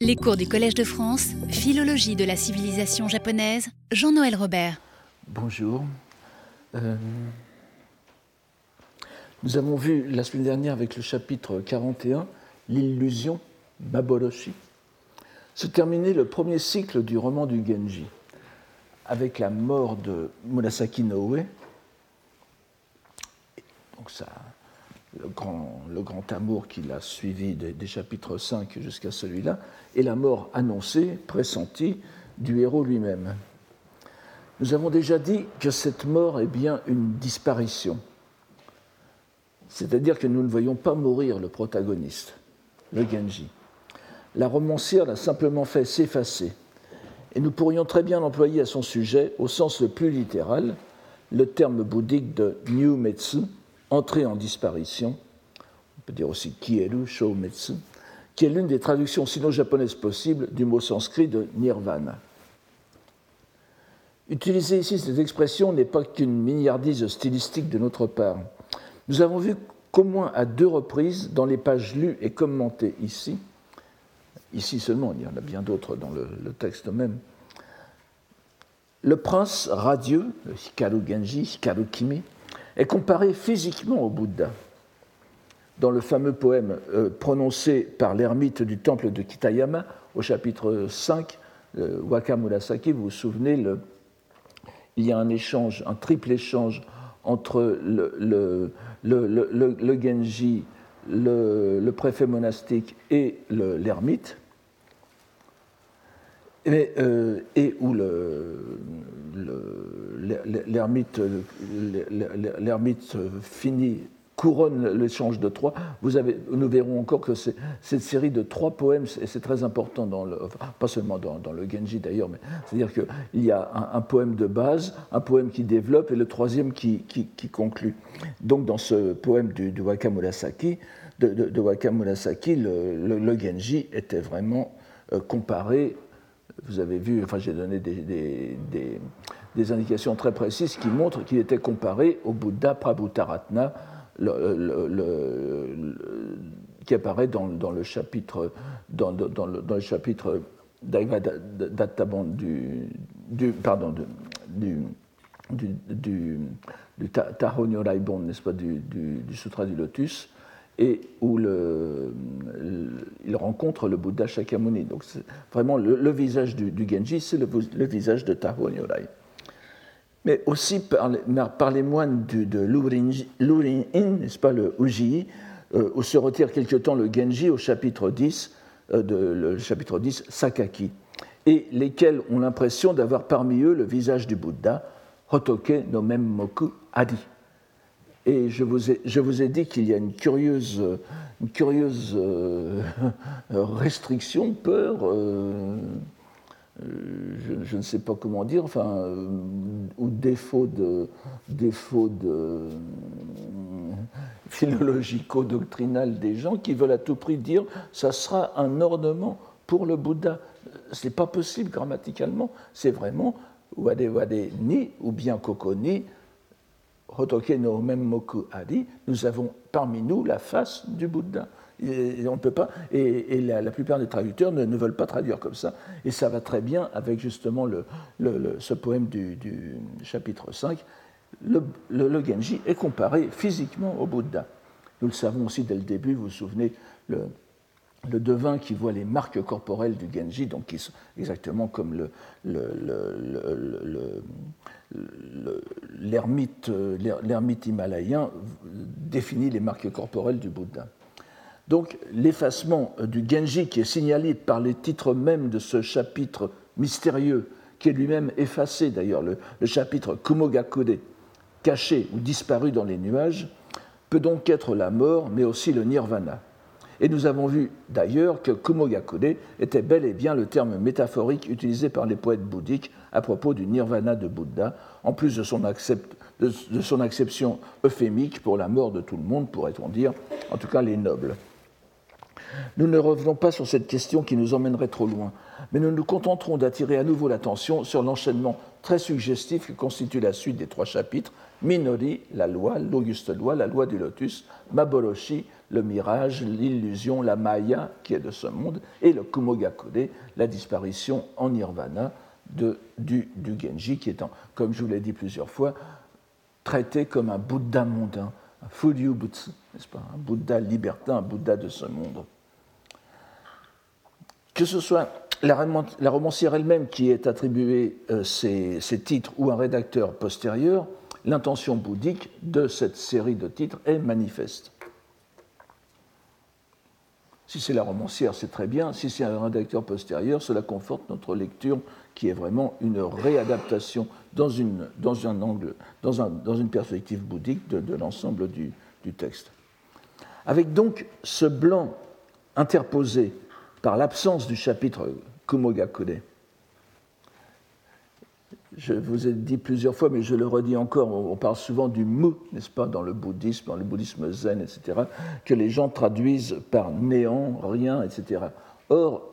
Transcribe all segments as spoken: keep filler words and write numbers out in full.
Les cours du Collège de France, Philologie de la civilisation japonaise, Jean-Noël Robert. Bonjour. Euh, nous avons vu la semaine dernière avec le chapitre quarante et un, l'illusion, Maboroshi, se terminer le premier cycle du roman du Genji, avec la mort de Murasaki no Ue, donc ça, le, grand, le grand amour qui l'a suivi des, des chapitres cinq jusqu'à celui-là, et la mort annoncée, pressentie, du héros lui-même. Nous avons déjà dit que cette mort est bien une disparition, c'est-à-dire que nous ne voyons pas mourir le protagoniste, le Genji. La romancière l'a simplement fait s'effacer, et nous pourrions très bien employer à son sujet, au sens le plus littéral, le terme bouddhique de Nyumetsu, entrée en disparition, on peut dire aussi Kieru, Shoumetsu, qui est l'une des traductions sino-japonaises possibles du mot sanskrit de nirvana. Utiliser ici cette expression n'est pas qu'une milliardise stylistique de notre part. Nous avons vu qu'au moins à deux reprises, dans les pages lues et commentées ici, ici seulement, il y en a bien d'autres dans le, le texte même, le prince radieux, le Hikaru Genji, Hikaru Kimi, est comparé physiquement au Bouddha. Dans le fameux poème euh, prononcé par l'ermite du temple de Kitayama, au chapitre cinq, euh, Waka Murasaki, vous vous souvenez, le, il y a un échange, un triple échange entre le, le, le, le, le, le Genji, le, le préfet monastique et le, l'ermite, et, euh, et où le, le, l'ermite, l'ermite finit, couronne l'échange de Troie. Vous avez, nous verrons encore que c'est, cette série de trois poèmes, et c'est très important, dans le, enfin, pas seulement dans, dans le Genji d'ailleurs, mais c'est-à-dire qu'il y a un, un poème de base, un poème qui développe et le troisième qui, qui, qui conclut. Donc dans ce poème du, du Waka Murasaki, de, de, de Waka Murasaki, le, le, le Genji était vraiment euh, comparé. Vous avez vu, enfin j'ai donné des, des, des, des indications très précises qui montrent qu'il était comparé au Bouddha Prabhutaratna, le, le, le, le, qui apparaît dans, dans le chapitre, dans, dans, le, dans le chapitre d'Attaban du, du, pardon, du, du, du, du Taho Nyorai Bon, n'est-ce pas, du, du, du Sutra du Lotus, et où le, le, il rencontre le Bouddha Shakyamuni. Donc c'est vraiment le, le visage du, du Genji, c'est le, le visage de Taho Nyorai. Mais aussi par les, par les moines du, de l'Urin-in, n'est-ce pas, le Ujii, euh, où se retire quelque temps le Genji au chapitre dix, euh, de, le chapitre dix, Sakaki, et lesquels ont l'impression d'avoir parmi eux le visage du Bouddha, Hotoke no Memmoku Adi. Et je vous ai, je vous ai dit qu'il y a une curieuse, une curieuse euh, restriction, peur, euh, je, je ne sais pas comment dire, enfin, euh, ou défaut de, défaut de euh, philologico-doctrinal des gens qui veulent à tout prix dire ça sera un ornement pour le Bouddha. Ce n'est pas possible grammaticalement, c'est vraiment wade wade ni ou bien koko ni. Hotoke no Memmoku Adi, nous avons parmi nous la face du Bouddha. Et on ne peut pas, et, et la, la plupart des traducteurs ne, ne veulent pas traduire comme ça. Et ça va très bien avec justement le, le, le, ce poème du, du chapitre cinq. Le, le, le Genji est comparé physiquement au Bouddha. Nous le savons aussi dès le début, vous vous souvenez, le, le devin qui voit les marques corporelles du Genji, donc qui sont exactement comme le, le, le, le l'ermite, l'ermite himalayen définit les marques corporelles du Bouddha. Donc l'effacement du Genji, qui est signalé par les titres mêmes de ce chapitre mystérieux, qui est lui-même effacé d'ailleurs, le, le chapitre Kumogakude, caché ou disparu dans les nuages, peut donc être la mort, mais aussi le nirvana. Et nous avons vu d'ailleurs que Kumogakude était bel et bien le terme métaphorique utilisé par les poètes bouddhiques à propos du nirvana de Bouddha, en plus de son, accept, de, de son acception euphémique pour la mort de tout le monde, pourrait-on dire, en tout cas les nobles. Nous ne revenons pas sur cette question qui nous emmènerait trop loin, mais nous nous contenterons d'attirer à nouveau l'attention sur l'enchaînement très suggestif qui constitue la suite des trois chapitres, Minori, la loi, l'auguste loi, la loi du lotus, Maboroshi, le mirage, l'illusion, la Maya, qui est de ce monde, et le Kumogakure, la disparition en nirvana de, du, du Genji, qui est, en, comme je vous l'ai dit plusieurs fois, traité comme un Bouddha mondain, un Furyu Butsu, n'est-ce pas, un Bouddha libertin, un Bouddha de ce monde. Que ce soit la, la romancière elle-même qui ait attribué euh, ces, ces titres ou un rédacteur postérieur, l'intention bouddhique de cette série de titres est manifeste. Si c'est la romancière, c'est très bien. Si c'est un rédacteur postérieur, cela conforte notre lecture qui est vraiment une réadaptation dans, une, dans un angle, dans, un, dans une perspective bouddhique de, de l'ensemble du, du texte. Avec donc ce blanc interposé par l'absence du chapitre Kumogakure. Je vous ai dit plusieurs fois, mais je le redis encore, on parle souvent du mu, n'est-ce pas, dans le bouddhisme, dans le bouddhisme zen, et cetera, que les gens traduisent par néant, rien, et cetera. Or,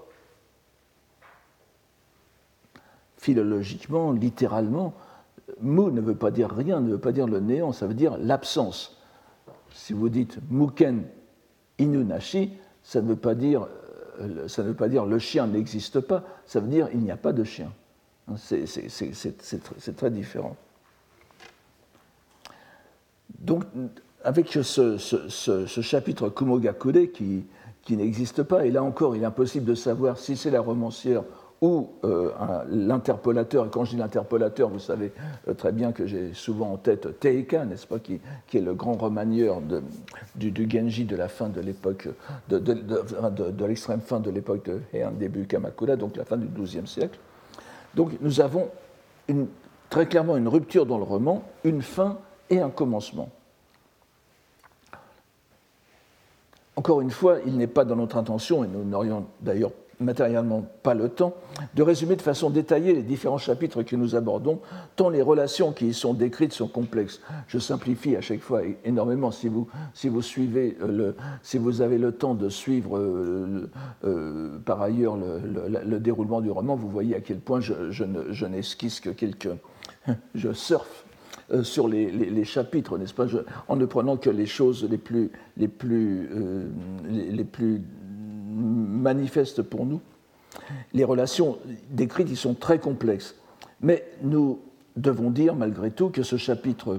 philologiquement, littéralement, mu ne veut pas dire rien, ne veut pas dire le néant, ça veut dire l'absence. Si vous dites muken inunashi, ça ne veut pas dire, ça ne veut pas dire le chien n'existe pas, ça veut dire il n'y a pas de chien. C'est, c'est, c'est, c'est, c'est très différent. Donc, avec ce, ce, ce, ce chapitre Kumogakure qui, qui n'existe pas, et là encore, il est impossible de savoir si c'est la romancière ou euh, un, l'interpolateur. Et quand je dis l'interpolateur, vous savez euh, très bien que j'ai souvent en tête Teika, n'est-ce pas, qui, qui est le grand remanieur de, du, du Genji de la fin de l'époque, de, de, de, de, de l'extrême fin de l'époque de Heian, début Kamakura, donc la fin du douzième siècle. Donc nous avons une, très clairement une rupture dans le roman, une fin et un commencement. Encore une fois, il n'est pas dans notre intention, et nous n'aurions d'ailleurs matériellement pas le temps, de résumer de façon détaillée les différents chapitres que nous abordons, tant les relations qui y sont décrites sont complexes. Je simplifie à chaque fois énormément. Si vous, si vous, suivez le, si vous avez le temps de suivre euh, euh, par ailleurs le, le, le déroulement du roman, vous voyez à quel point je, je, ne, je n'esquisse que quelques... Je surfe euh, sur les, les, les chapitres, n'est-ce pas, je, en ne prenant que les choses les plus, les plus, euh, les, les plus manifestes pour nous. Les relations décrites y sont très complexes. Mais nous devons dire, malgré tout, que ce chapitre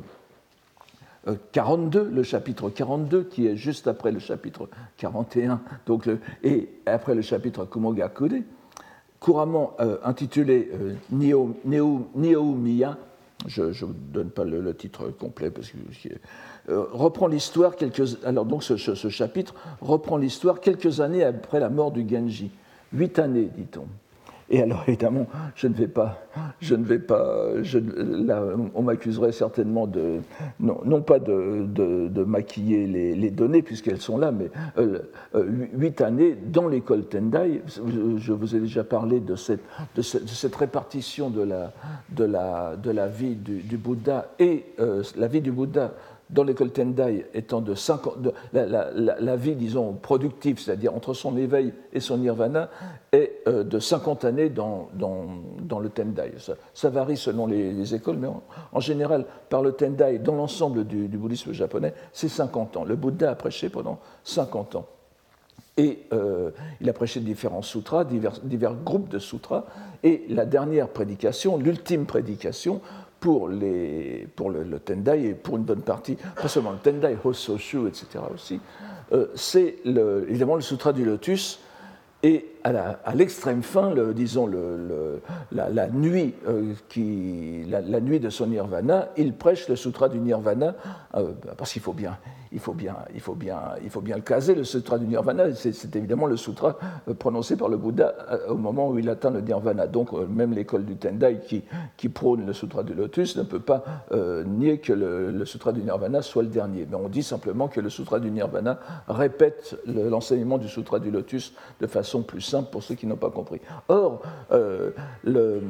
quarante-deux, le chapitre quarante-deux, qui est juste après le chapitre quarante et un, donc le, et après le chapitre Kumogakure, couramment euh, intitulé euh, Nio, Nio, Niomiya, je ne vous donne pas le, le titre complet parce que euh, reprend l'histoire quelques alors donc ce, ce, ce chapitre reprend l'histoire quelques années après la mort du Genji, huit années dit-on. Et alors évidemment, je ne vais pas, je ne vais pas, je, là, on m'accuserait certainement de, non, non pas de, de, de maquiller les, les données puisqu'elles sont là, mais euh, huit années dans l'école Tendai. Je vous ai déjà parlé de cette, de cette, de cette répartition de la, de la, de la vie du, du Bouddha et euh, la vie du Bouddha dans l'école Tendai étant de cinquante, de, la, la, la, la vie, disons, productive, c'est-à-dire entre son éveil et son nirvana, est euh, de cinquante années dans, dans, dans le Tendai. Ça, ça varie selon les, les écoles, mais en, en général, par le Tendai, dans l'ensemble du, du bouddhisme japonais, c'est cinquante ans. Le Bouddha a prêché pendant cinquante ans. Et euh, il a prêché différents sutras, divers, divers groupes de sutras, et la dernière prédication, l'ultime prédication, pour, les, pour le, le Tendai et pour une bonne partie, pas seulement le Tendai, Hososhu, et cetera aussi, euh, c'est le, évidemment le Sutra du Lotus. Et à, la, à l'extrême fin, le, disons le, le, la, la, nuit, euh, qui, la, la nuit de son nirvana, il prêche le sutra du nirvana, euh, parce qu'il faut bien, il faut bien, il faut bien, il faut bien le caser, le sutra du nirvana, c'est, c'est évidemment le sutra euh, prononcé par le Bouddha euh, au moment où il atteint le nirvana. Donc euh, même l'école du Tendai qui, qui prône le sutra du lotus ne peut pas euh, nier que le, le sutra du nirvana soit le dernier. Mais on dit simplement que le sutra du nirvana répète le, l'enseignement du sutra du lotus de façon plus simple pour ceux qui n'ont pas compris. Or, euh, le,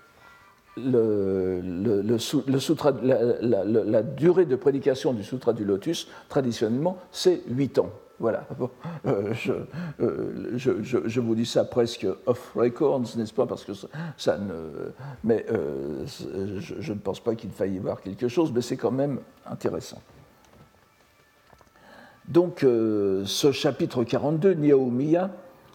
le, le, le, le sutra, la, la, la, la durée de prédication du Sutra du Lotus, traditionnellement, c'est huit ans. Voilà. Bon, euh, je, euh, je, je, je vous dis ça presque off records, n'est-ce pas, parce que ça, ça ne. Mais euh, je, je ne pense pas qu'il faille y voir quelque chose, mais c'est quand même intéressant. Donc, euh, ce chapitre quarante-deux, Niaomiya,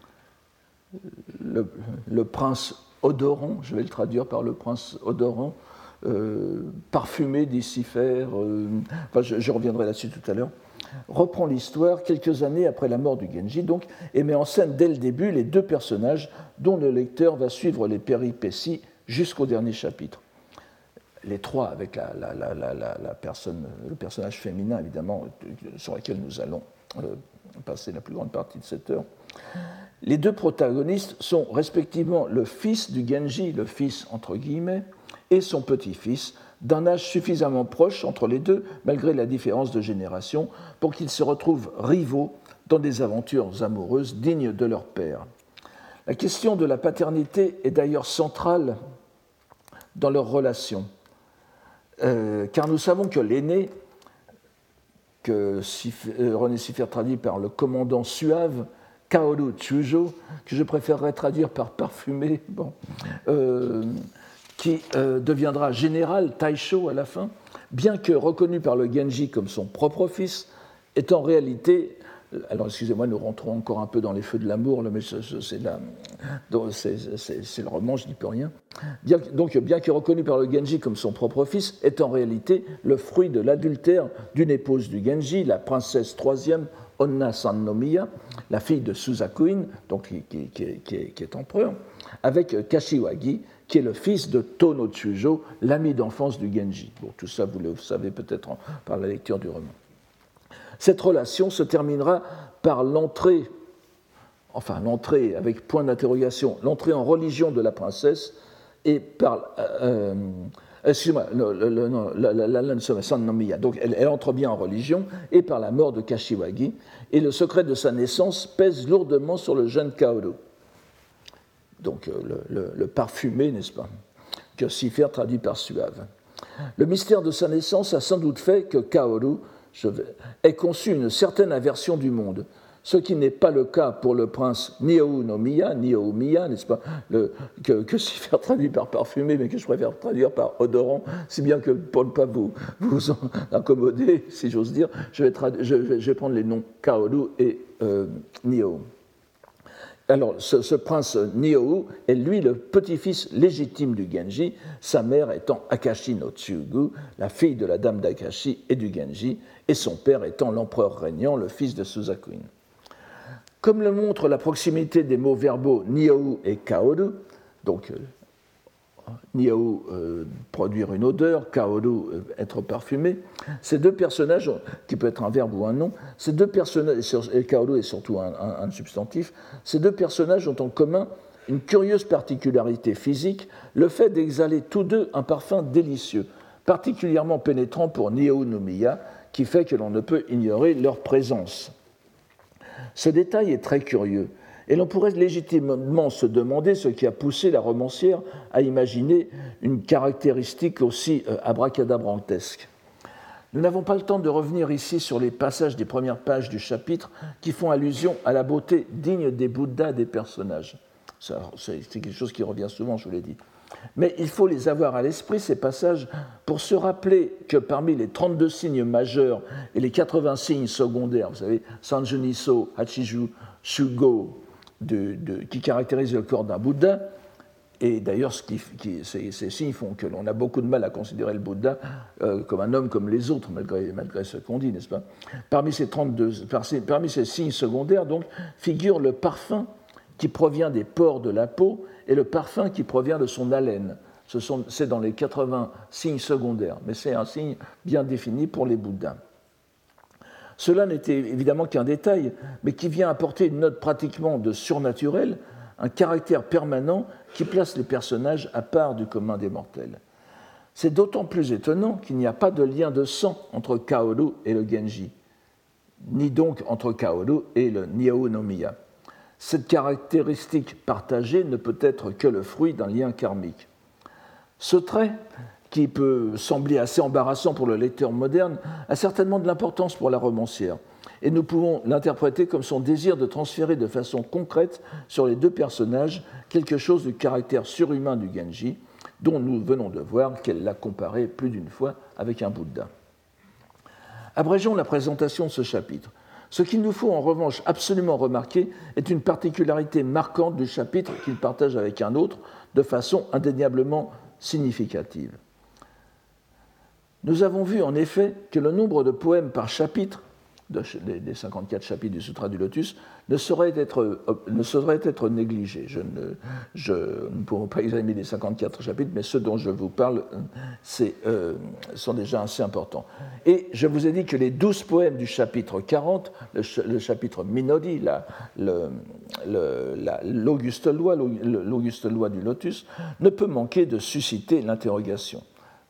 le, le prince odorant, je vais le traduire par le prince odorant, euh, parfumé, dit Cipher, euh, enfin, je, je reviendrai là-dessus tout à l'heure, reprend l'histoire quelques années après la mort du Genji, donc, et met en scène dès le début les deux personnages dont le lecteur va suivre les péripéties jusqu'au dernier chapitre. Les trois avec la, la, la, la, la personne, le personnage féminin, évidemment, sur lequel nous allons euh, passer la plus grande partie de cette heure. Les deux protagonistes sont respectivement le fils du Genji, le fils entre guillemets, et son petit-fils, d'un âge suffisamment proche entre les deux, malgré la différence de génération, pour qu'ils se retrouvent rivaux dans des aventures amoureuses dignes de leur père. La question de la paternité est d'ailleurs centrale dans leur relation, euh, car nous savons que l'aîné, que René Cipher traduit par le commandant suave, Kaoru Chujo, que je préférerais traduire par parfumé, bon, euh, qui euh, deviendra général Taisho à la fin, bien que reconnu par le Genji comme son propre fils, est en réalité, alors excusez-moi, nous rentrons encore un peu dans les feux de l'amour, mais c'est, la, c'est, c'est, c'est le roman, je n'y peux rien. Bien, donc, bien que reconnu par le Genji comme son propre fils, est en réalité le fruit de l'adultère d'une épouse du Genji, la princesse troisième, Onna Sannomiya, la fille de Suzakuin, donc qui, qui, qui, est, qui, est, qui est empereur, avec Kashiwagi, qui est le fils de Tono Chujo, l'ami d'enfance du Genji. Bon, tout ça, vous le savez peut-être par la lecture du roman. Cette relation se terminera par l'entrée, enfin l'entrée avec point d'interrogation, l'entrée en religion de la princesse et par, euh, excusez-moi, le, le, le, non, la, la, la, la Sannomiya. Donc elle, elle entre bien en religion et par la mort de Kashiwagi, et le secret de sa naissance pèse lourdement sur le jeune Kaoru. Donc le, le, le parfumé, n'est-ce pas, que Cipher traduit par suave. Le mystère de sa naissance a sans doute fait que Kaoru ait conçu une certaine aversion du monde, ce qui n'est pas le cas pour le prince Niou no Miya, Niou Miya, n'est-ce pas, le, que, que Cipher traduit par parfumé, mais que je préfère traduire par odorant, si bien que pour ne pas vous, vous en accommoder, si j'ose dire, je vais, tradu- je, je vais prendre les noms Kaoru et euh, Niou. Alors, ce, ce prince Niou est lui le petit-fils légitime du Genji, sa mère étant Akashi no Tsugu, la fille de la dame d'Akashi et du Genji, et son père étant l'empereur régnant, le fils de Suzakuin. Comme le montre la proximité des mots verbaux Niou et Kaoru, donc euh, Niou euh, produire une odeur, Kaoru euh, être parfumé, ces deux personnages, qui peut être un verbe ou un nom, ces deux personnages, et Kaoru est surtout un, un, un substantif, ces deux personnages ont en commun une curieuse particularité physique, le fait d'exhaler tous deux un parfum délicieux, particulièrement pénétrant pour Niou no Miya, qui fait que l'on ne peut ignorer leur présence. Ce détail est très curieux, et l'on pourrait légitimement se demander ce qui a poussé la romancière à imaginer une caractéristique aussi abracadabrantesque. Nous n'avons pas le temps de revenir ici sur les passages des premières pages du chapitre qui font allusion à la beauté digne des Bouddhas des personnages. C'est quelque chose qui revient souvent, je vous l'ai dit. Mais il faut les avoir à l'esprit, ces passages, pour se rappeler que parmi les trente-deux signes majeurs et les quatre-vingts signes secondaires, vous savez, Sanjuniso, Hachiju, Shugo, de, de, qui caractérisent le corps d'un Bouddha, et d'ailleurs ce qui, qui, ces, ces signes font que l'on a beaucoup de mal à considérer le Bouddha euh, comme un homme comme les autres, malgré, malgré ce qu'on dit, n'est-ce pas ? Parmi ces, trente-deux, parmi ces signes secondaires, donc, figure le parfum qui provient des pores de la peau et le parfum qui provient de son haleine. Ce sont, c'est dans les quatre-vingts signes secondaires, mais c'est un signe bien défini pour les Bouddhas. Cela n'était évidemment qu'un détail, mais qui vient apporter une note pratiquement de surnaturel, un caractère permanent qui place les personnages à part du commun des mortels. C'est d'autant plus étonnant qu'il n'y a pas de lien de sang entre Kaoru et le Genji, ni donc entre Kaoru et le Niou no Miya. Cette caractéristique partagée ne peut être que le fruit d'un lien karmique. Ce trait, qui peut sembler assez embarrassant pour le lecteur moderne, a certainement de l'importance pour la romancière, et nous pouvons l'interpréter comme son désir de transférer de façon concrète sur les deux personnages quelque chose du caractère surhumain du Genji, dont nous venons de voir qu'elle l'a comparé plus d'une fois avec un Bouddha. Abrégeons la présentation de ce chapitre. Ce qu'il nous faut en revanche absolument remarquer est une particularité marquante du chapitre qu'il partage avec un autre de façon indéniablement significative. Nous avons vu en effet que le nombre de poèmes par chapitre des cinquante-quatre chapitres du Sutra du Lotus ne saurait être, ne saurait être négligé. Je ne, je, nous ne pourrons pas examiner les cinquante-quatre chapitres, mais ceux dont je vous parle euh, sont déjà assez importants. Et je vous ai dit que les douze poèmes du chapitre quarante, le, le chapitre Minodi, la, le, le, la, l'auguste loi, l'auguste loi du Lotus, ne peut manquer de susciter l'interrogation.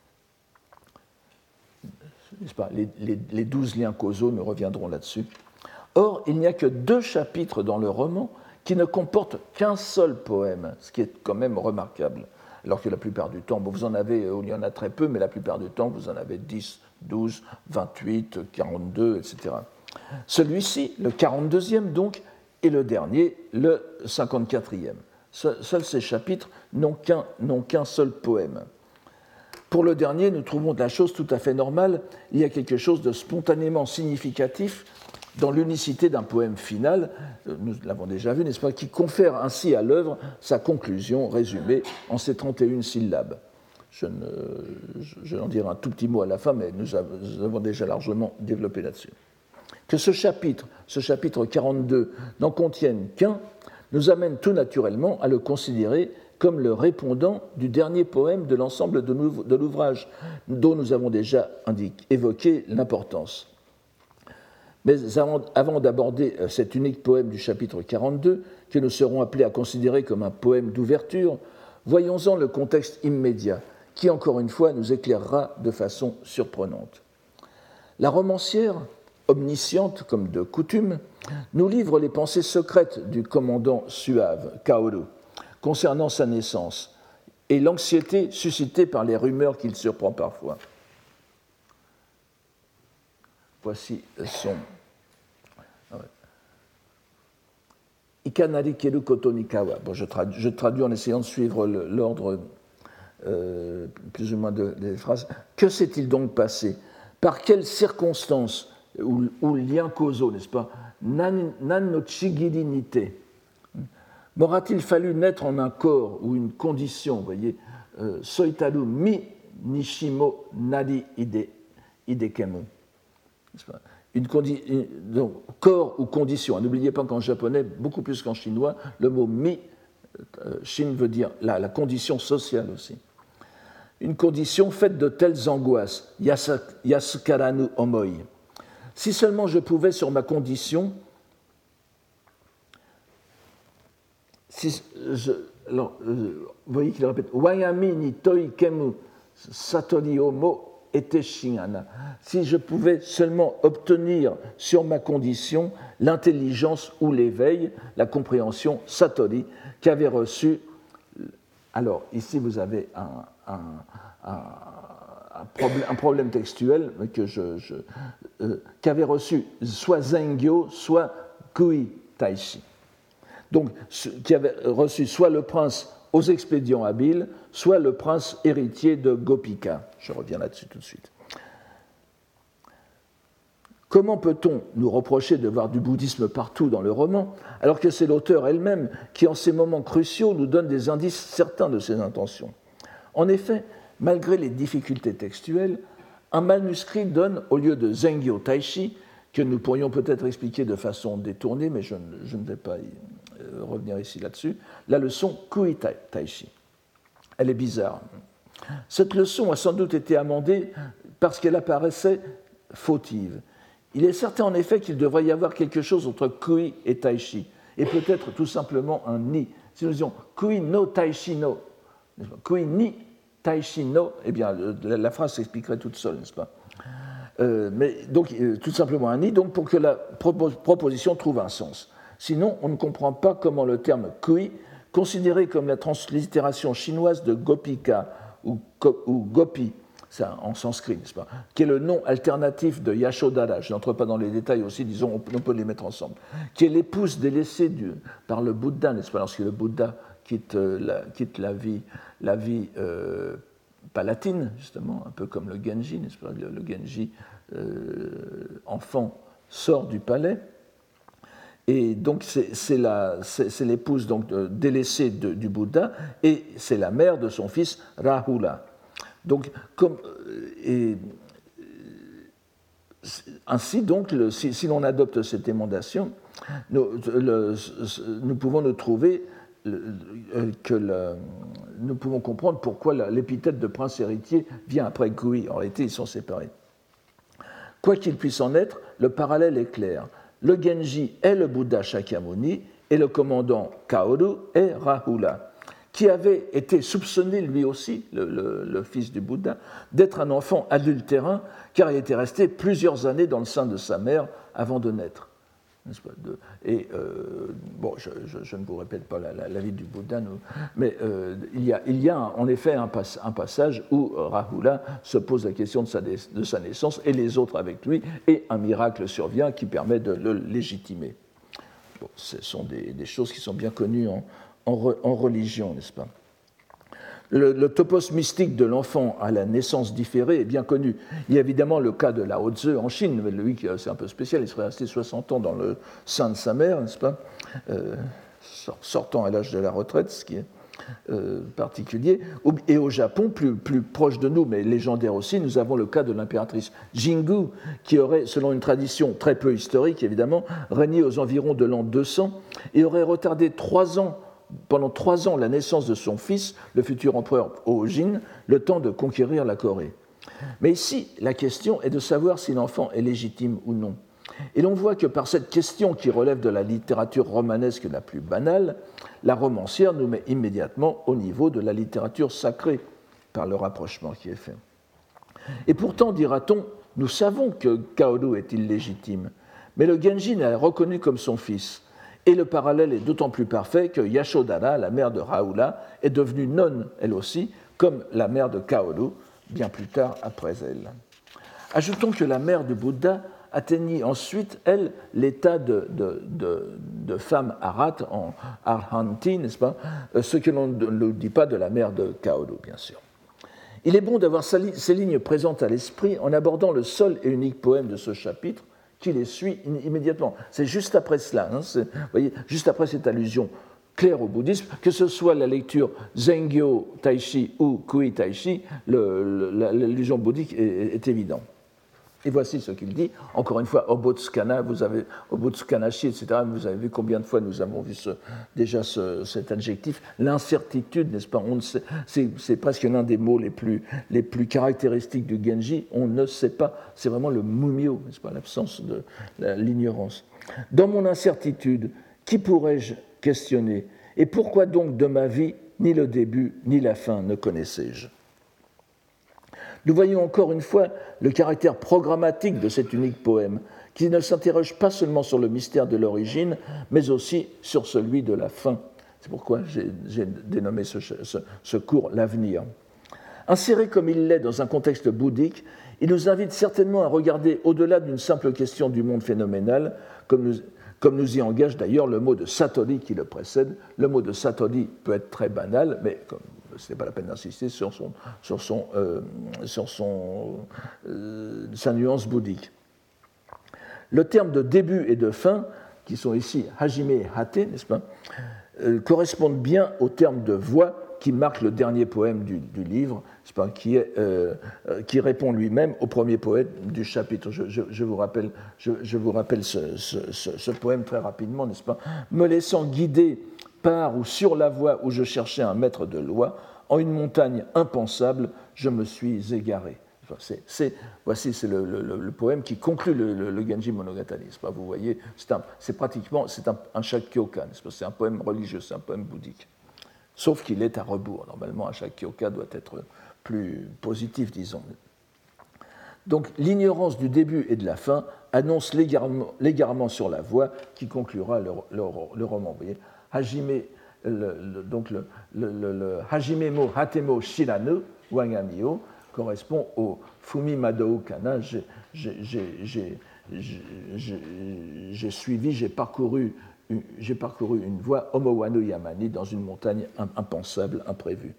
N'est-ce pas ? Les, les, les douze liens causaux, nous reviendrons là-dessus. Or, il n'y a que deux chapitres dans le roman qui ne comportent qu'un seul poème, ce qui est quand même remarquable. Alors que la plupart du temps, bon, vous en avez, il y en a très peu, mais la plupart du temps, vous en avez dix, douze, vingt-huit, quarante-deux, et cetera. Celui-ci, le quarante-deuxième donc, et le dernier, le cinquante-quatrième. Seuls ces chapitres n'ont qu'un, n'ont qu'un seul poème. Pour le dernier, nous trouvons de la chose tout à fait normale. Il y a quelque chose de spontanément significatif dans l'unicité d'un poème final, nous l'avons déjà vu, n'est-ce pas, qui confère ainsi à l'œuvre sa conclusion résumée en ces trente et une syllabes. Je, ne, je vais en dire un tout petit mot à la fin, mais nous avons déjà largement développé là-dessus. Que ce chapitre, ce chapitre quarante-deux, n'en contienne qu'un, nous amène tout naturellement à le considérer comme le répondant du dernier poème de l'ensemble de l'ouvrage, dont nous avons déjà indiqué, évoqué l'importance. Mais avant, avant d'aborder cet unique poème du chapitre quarante-deux, que nous serons appelés à considérer comme un poème d'ouverture, voyons-en le contexte immédiat, qui, encore une fois, nous éclairera de façon surprenante. La romancière, omnisciente comme de coutume, nous livre les pensées secrètes du commandant suave, Kaoru, concernant sa naissance et l'anxiété suscitée par les rumeurs qu'il surprend parfois. Voici son Ikanari keru koto ni kawa. Bon, je, tradu, je traduis en essayant de suivre le, l'ordre euh, plus ou moins de, des phrases. Que s'est-il donc passé ? Par quelles circonstances ou, ou liens causaux, n'est-ce pas ? Nan, nan no chigiri nite. M'aura-t-il fallu naître en un corps ou une condition, vous voyez, euh, soitaru mi nishimo nari ide, idekemu. Une condi- une, donc, corps ou condition. N'oubliez pas qu'en japonais, beaucoup plus qu'en chinois, le mot mi, euh, shin veut dire la, la condition sociale aussi. Une condition faite de telles angoisses, yasukaranu omoi. Si seulement je pouvais, sur ma condition, si je, alors, euh, vous voyez qu'il répète, wayami ni toi kemu satori o mo ete shingana. Si je pouvais seulement obtenir sur ma condition l'intelligence ou l'éveil, la compréhension satori qu'avait reçu. Alors, ici, vous avez un, un, un, un, problème, un problème textuel que je, je, euh, qu'avait reçu soit Zengyo, soit Kui Taishi. Donc, qui avait reçu soit le prince aux expédients habiles, soit le prince héritier de Gopika. Je reviens là-dessus tout de suite. Comment peut-on nous reprocher de voir du bouddhisme partout dans le roman, alors que c'est l'auteur elle-même qui, en ces moments cruciaux, nous donne des indices certains de ses intentions ? En effet, malgré les difficultés textuelles, un manuscrit donne, au lieu de Zengyo Taishi, que nous pourrions peut-être expliquer de façon détournée, mais je ne, je ne vais pas y revenir ici là-dessus, la leçon Kui Taishi. Elle est bizarre. Cette leçon a sans doute été amendée parce qu'elle apparaissait fautive. Il est certain en effet qu'il devrait y avoir quelque chose entre Kui et Taishi, et peut-être tout simplement un ni. Si nous disions Kui no Taishi no, Kui ni Taishi no, eh bien la, la phrase s'expliquerait toute seule, n'est-ce pas ? euh, Mais donc euh, tout simplement un ni, donc pour que la propos- proposition trouve un sens. Sinon, on ne comprend pas comment le terme Kui, considéré comme la translittération chinoise de Gopika ou, ou Gopi, c'est en sanskrit, n'est-ce pas, qui est le nom alternatif de Yashodhara, je n'entre pas dans les détails aussi, disons, on, on peut les mettre ensemble, qui est l'épouse délaissée du, par le Bouddha, n'est-ce pas, lorsque le Bouddha quitte la, quitte la vie, la vie euh, palatine, justement, un peu comme le Genji, n'est-ce pas, le, le Genji euh, enfant sort du palais. Et donc, c'est l'épouse donc, délaissée de, du Bouddha, et c'est la mère de son fils Rahula. Donc, comme, et, ainsi, donc, le, si, si l'on adopte cette émendation, nous, le, nous pouvons nous trouver que le, nous pouvons comprendre pourquoi l'épithète de prince héritier vient après Gui. En réalité, ils sont séparés. Quoi qu'il puisse en être, le parallèle est clair. Le Genji est le Bouddha Shakyamuni et le commandant Kaoru est Rahula, qui avait été soupçonné lui aussi, le, le, le fils du Bouddha, d'être un enfant adultérin, car il était resté plusieurs années dans le sein de sa mère avant de naître. Et euh, bon, je, je, je ne vous répète pas la, la, la vie du Bouddha, nous, mais euh, il y a, il y a en effet un, pas, un passage où Rahula se pose la question de sa, de sa naissance et les autres avec lui, et un miracle survient qui permet de le légitimer. Bon, ce sont des, des choses qui sont bien connues en, en, re, en religion, n'est-ce pas ? Le, le topos mystique de l'enfant à la naissance différée est bien connu. Il y a évidemment le cas de Lao Tzu en Chine, mais lui, c'est un peu spécial, il serait resté soixante ans dans le sein de sa mère, n'est-ce pas, euh, sortant à l'âge de la retraite, ce qui est euh, particulier. Et au Japon, plus, plus proche de nous, mais légendaire aussi, nous avons le cas de l'impératrice Jingu, qui aurait, selon une tradition très peu historique évidemment, régné aux environs de l'an deux cents et aurait retardé trois ans pendant trois ans la naissance de son fils, le futur empereur Ōjin, le temps de conquérir la Corée. Mais ici, la question est de savoir si l'enfant est légitime ou non. Et l'on voit que par cette question qui relève de la littérature romanesque la plus banale, la romancière nous met immédiatement au niveau de la littérature sacrée, par le rapprochement qui est fait. Et pourtant, dira-t-on, nous savons que Kaoru est illégitime, mais le Genji l'a reconnu comme son fils. Et le parallèle est d'autant plus parfait que Yashodhara, la mère de Rahula, est devenue nonne, elle aussi, comme la mère de Kaoru, bien plus tard après elle. Ajoutons que la mère du Bouddha atteignit ensuite, elle, l'état de, de, de, de femme arhate, en arhanti, n'est-ce pas, ce que l'on ne dit pas de la mère de Kaoru, bien sûr. Il est bon d'avoir ces lignes présentes à l'esprit en abordant le seul et unique poème de ce chapitre, qui les suit immédiatement. C'est juste après cela, hein, vous voyez, juste après cette allusion claire au bouddhisme, que ce soit la lecture Zengyo Taishi ou Kui Taishi, l'allusion bouddhique est, est évidente. Et voici ce qu'il dit. Encore une fois, Obotsukana, vous avez Obotsukanashi, et cetera. Vous avez vu combien de fois nous avons vu ce, déjà ce, cet adjectif. L'incertitude, n'est-ce pas, c'est presque l'un des mots les plus, les plus caractéristiques du Genji. On ne sait pas. C'est vraiment le mumio, n'est-ce pas, l'absence de l'ignorance. Dans mon incertitude, qui pourrais-je questionner? Et pourquoi donc de ma vie, ni le début, ni la fin ne connaissais-je? Nous voyons encore une fois le caractère programmatique de cet unique poème, qui ne s'interroge pas seulement sur le mystère de l'origine, mais aussi sur celui de la fin. C'est pourquoi j'ai dénommé ce, ce, ce cours « L'avenir ». Inséré comme il l'est dans un contexte bouddhique, il nous invite certainement à regarder au-delà d'une simple question du monde phénoménal, comme nous, comme nous y engage d'ailleurs le mot de satori qui le précède. Le mot de satori peut être très banal, mais comme ce n'est pas la peine d'insister sur, son, sur, son, euh, sur son, euh, sa nuance bouddhique. Le terme de début et de fin, qui sont ici hajime et hate, n'est-ce pas, euh, correspondent bien au terme de voix qui marque le dernier poème du, du livre, pas, qui, est, euh, qui répond lui-même au premier poème du chapitre. Je, je, je vous rappelle, je, je vous rappelle ce, ce, ce, ce poème très rapidement, n'est-ce pas? Me laissant guider par ou sur la voie où je cherchais un maître de loi, en une montagne impensable, je me suis égaré. Enfin, c'est, c'est, voici, c'est le, le, le poème qui conclut le, le, le Genji Monogatari. Pas, vous voyez, c'est, un, c'est pratiquement c'est un, un Shakyoka, c'est un poème religieux, c'est un poème bouddhique. Sauf qu'il est à rebours. Normalement, un Shakyoka doit être plus positif, disons. Donc, l'ignorance du début et de la fin annonce l'égarement, l'égarement sur la voie qui conclura le, le, le roman. Vous voyez, Hajime, le, le, donc le, le, le, le Hajime mo Hatemo Shiranu Wagami-o, correspond au Fumi Madou Kana, j'ai, j'ai, j'ai, j'ai, j'ai suivi, j'ai parcouru, j'ai parcouru une voie Omo Wano Yamani dans une montagne impensable, imprévue.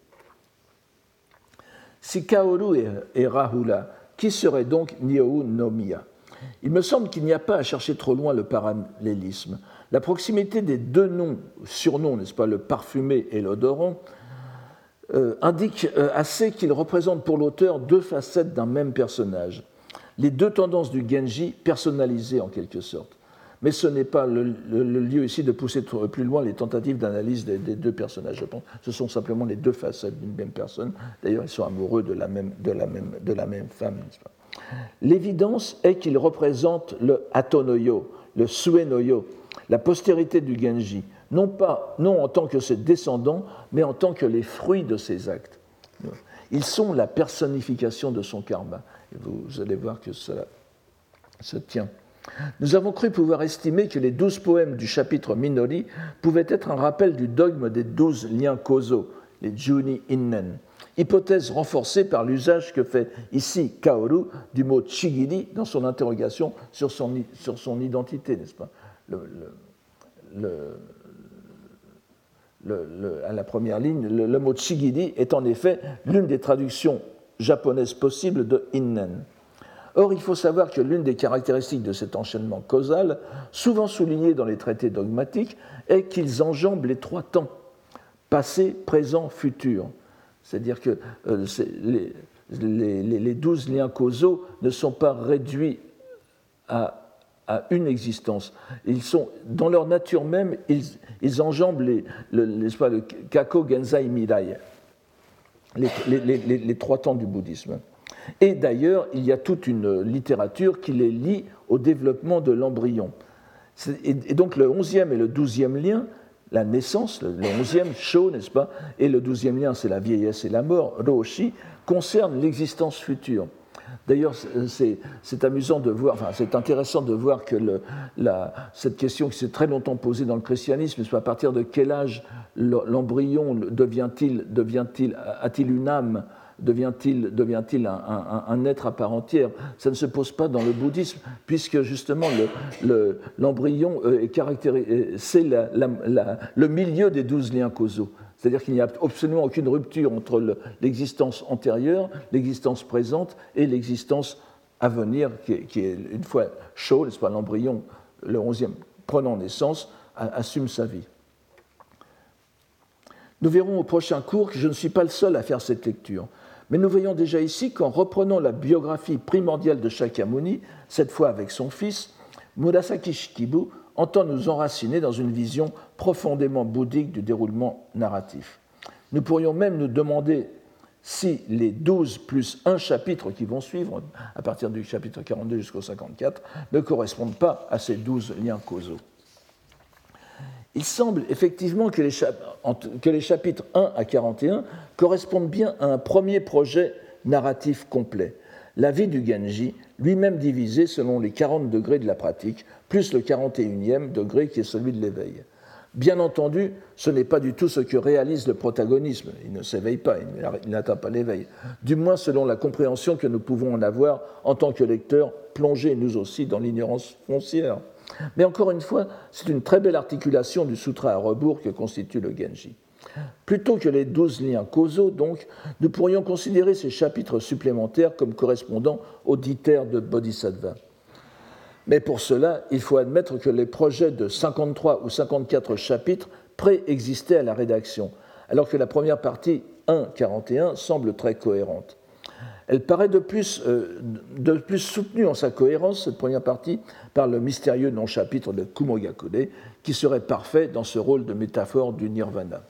Si Kaoru est, est Rahula, qui serait donc Nyō no Miya? Il me semble qu'il n'y a pas à chercher trop loin le parallélisme. La proximité des deux noms, surnoms, n'est-ce pas, le parfumé et l'odorant, euh, indique euh, assez qu'ils représentent pour l'auteur deux facettes d'un même personnage. Les deux tendances du Genji personnalisées en quelque sorte. Mais ce n'est pas le, le, le lieu ici de pousser plus loin les tentatives d'analyse des, des deux personnages. Je pense. Ce sont simplement les deux facettes d'une même personne. D'ailleurs, ils sont amoureux de la même, de la même, de la même femme, n'est-ce pas? L'évidence est qu'il représente le Hatonoyo, le Suenoyo, la postérité du Genji, non, pas, non en tant que ses descendants, mais en tant que les fruits de ses actes. Ils sont la personnification de son karma. Et vous, vous allez voir que cela se tient. Nous avons cru pouvoir estimer que les douze poèmes du chapitre Minori pouvaient être un rappel du dogme des douze liens causaux, les Juni Innen, hypothèse renforcée par l'usage que fait ici Kaoru du mot Chigiri dans son interrogation sur son, sur son identité, n'est-ce pas? Le, le, le, le, le, à la première ligne, le, le mot Chigiri est en effet l'une des traductions japonaises possibles de Innen. Or, il faut savoir que l'une des caractéristiques de cet enchaînement causal, souvent souligné dans les traités dogmatiques, est qu'ils enjambent les trois temps, passé, présent, futur. C'est-à-dire que euh, c'est les, les, les douze liens causaux ne sont pas réduits à, à une existence. Ils sont, dans leur nature même, ils, ils enjambent les, le, les, le Kako, Genzai, Mirai, les, les, les, les trois temps du bouddhisme. Et d'ailleurs, il y a toute une littérature qui les lie au développement de l'embryon. Et donc le onzième et le douzième lien, la naissance, le onzième, Sho, n'est-ce pas, et le douzième lien, c'est la vieillesse et la mort, Roshi, concerne l'existence future. D'ailleurs, c'est, c'est amusant de voir, enfin, c'est intéressant de voir que le, la, cette question qui s'est très longtemps posée dans le christianisme, c'est à partir de quel âge l'embryon devient-il, devient-il, a-t-il une âme? Devient-il, devient-il un, un, un être à part entière? Ça ne se pose pas dans le bouddhisme, puisque justement le, le, l'embryon est caractérisé, c'est la, la, la, le milieu des douze liens causaux. C'est-à-dire qu'il n'y a absolument aucune rupture entre le, l'existence antérieure, l'existence présente et l'existence à venir, qui est, qui est une fois chaud, n'est-ce pas, l'embryon, le onzième, prenant naissance, assume sa vie. Nous verrons au prochain cours que je ne suis pas le seul à faire cette lecture. Mais nous voyons déjà ici qu'en reprenant la biographie primordiale de Shakyamuni, cette fois avec son fils, Murasaki Shikibu entend nous enraciner dans une vision profondément bouddhique du déroulement narratif. Nous pourrions même nous demander si les douze plus un chapitre qui vont suivre, à partir du chapitre quarante-deux jusqu'au cinquante-quatre, ne correspondent pas à ces douze liens causaux. Il semble effectivement que les, chap- que les chapitres un à quarante et un correspondent bien à un premier projet narratif complet. La vie du Genji, lui-même divisé selon les quarante degrés de la pratique, plus le quarante et unième degré qui est celui de l'éveil. Bien entendu, ce n'est pas du tout ce que réalise le protagonisme. Il ne s'éveille pas, il n'atteint pas l'éveil. Du moins selon la compréhension que nous pouvons en avoir en tant que lecteurs, plongés nous aussi dans l'ignorance foncière. Mais encore une fois, c'est une très belle articulation du sutra à rebours que constitue le Genji. Plutôt que les douze liens causaux, donc, nous pourrions considérer ces chapitres supplémentaires comme correspondant aux dix terres de Bodhisattva. Mais pour cela, il faut admettre que les projets de cinquante-trois ou cinquante-quatre chapitres préexistaient à la rédaction, alors que la première partie un quarante et un semble très cohérente. Elle paraît de plus, euh, de plus soutenue en sa cohérence, cette première partie, par le mystérieux non-chapitre de Kumogakude, qui serait parfait dans ce rôle de métaphore du nirvana.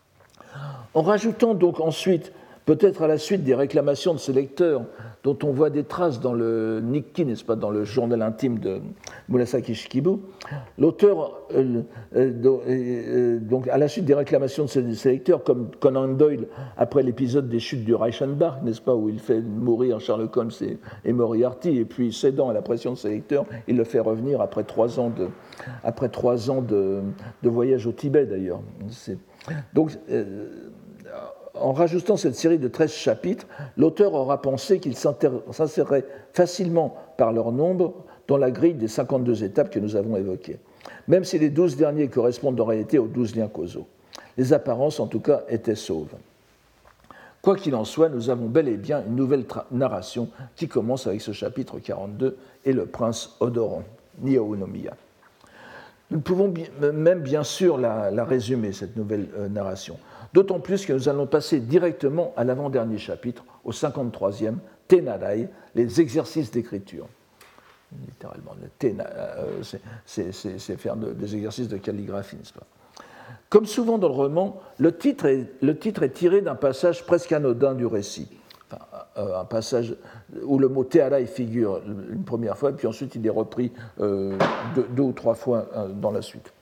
En rajoutant donc ensuite, peut-être à la suite des réclamations de ses lecteurs, dont on voit des traces dans le Nikki, n'est-ce pas, dans le journal intime de Murasaki Shikibu, l'auteur, euh, euh, euh, donc à la suite des réclamations de ses, de ses lecteurs, comme Conan Doyle après l'épisode des chutes du Reichenbach, n'est-ce pas, où il fait mourir Sherlock Holmes et, et Moriarty, et puis cédant à la pression de ses lecteurs, il le fait revenir après trois ans de, après trois ans de, de voyage au Tibet d'ailleurs. C'est, donc, euh, en rajoutant cette série de treize chapitres, l'auteur aura pensé qu'ils s'inséreraient facilement par leur nombre dans la grille des cinquante-deux étapes que nous avons évoquées, même si les douze derniers correspondent en réalité aux douze liens causaux. Les apparences, en tout cas, étaient sauves. Quoi qu'il en soit, nous avons bel et bien une nouvelle narration qui commence avec ce chapitre quarante-deux et le prince Odoron, Nihou no Miya. Nous pouvons bi- même bien sûr la, la résumer, cette nouvelle euh, narration, d'autant plus que nous allons passer directement à l'avant-dernier chapitre, au cinquante-troisième, Tenarai, les exercices d'écriture. Littéralement, le tena, euh, c'est, c'est, c'est, c'est faire de, des exercices de calligraphie, n'est-ce pas ? Comme souvent dans le roman, le titre est, le titre est tiré d'un passage presque anodin du récit. Enfin, un passage où le mot Tearai figure une première fois, puis ensuite il est repris euh, deux, deux ou trois fois euh, dans la suite.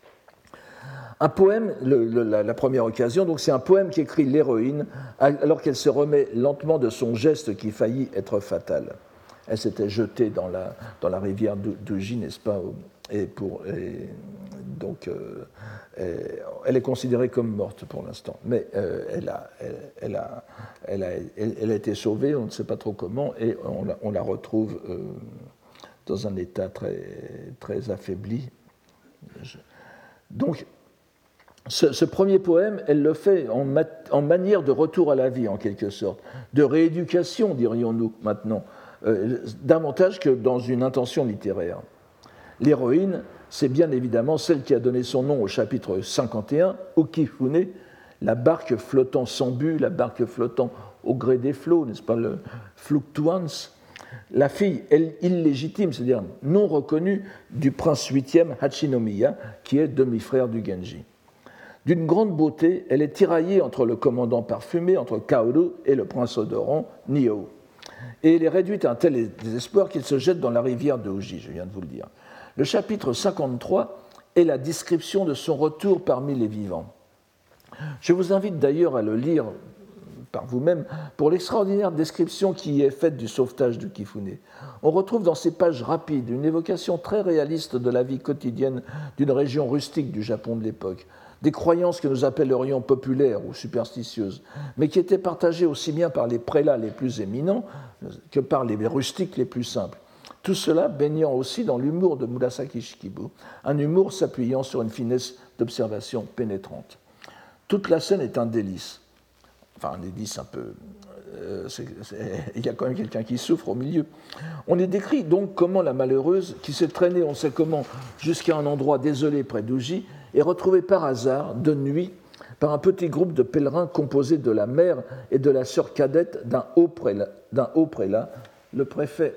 Un poème, le, le, la, la première occasion, donc c'est un poème qu'écrit l'héroïne alors qu'elle se remet lentement de son geste qui faillit être fatal. Elle s'était jetée dans la, dans la rivière d'Uji, n'est-ce pas ? Et pour, et donc, euh, elle est considérée comme morte pour l'instant, mais euh, elle, a, elle, elle, a, elle, a, elle, elle a été sauvée, on ne sait pas trop comment, et on la, on la retrouve euh, dans un état très, très affaibli. Je... Donc, ce, ce premier poème, elle le fait en, mat, en manière de retour à la vie, en quelque sorte, de rééducation, dirions-nous maintenant, euh, davantage que dans une intention littéraire. L'héroïne, c'est bien évidemment celle qui a donné son nom au chapitre cinquante et un, Ukifune, la barque flottant sans but, la barque flottant au gré des flots, n'est-ce pas, le fluctuans, la fille elle, illégitime, c'est-à-dire non reconnue du prince huitième Hachinomiya, qui est demi-frère du Genji. D'une grande beauté, elle est tiraillée entre le commandant parfumé, entre Kaoru et le prince Odoron, Nihou. Et elle est réduite à un tel désespoir qu'il se jette dans la rivière de Uji, je viens de vous le dire. Le chapitre cinquante-trois est la description de son retour parmi les vivants. Je vous invite d'ailleurs à le lire par vous-même pour l'extraordinaire description qui y est faite du sauvetage du Kifune. On retrouve dans ces pages rapides une évocation très réaliste de la vie quotidienne d'une région rustique du Japon de l'époque, des croyances que nous appellerions populaires ou superstitieuses, mais qui étaient partagées aussi bien par les prélats les plus éminents que par les rustiques les plus simples. Tout cela baignant aussi dans l'humour de Murasaki Shikibu, un humour s'appuyant sur une finesse d'observation pénétrante. Toute la scène est un délice. Enfin, un délice un peu... Euh, c'est, c'est, il y a quand même quelqu'un qui souffre au milieu. On y décrit donc comment la malheureuse, qui s'est traînée on sait comment jusqu'à un endroit désolé près d'Uji, est retrouvée par hasard, de nuit, par un petit groupe de pèlerins composé de la mère et de la sœur cadette d'un haut prélat, d'un haut prélat le préfet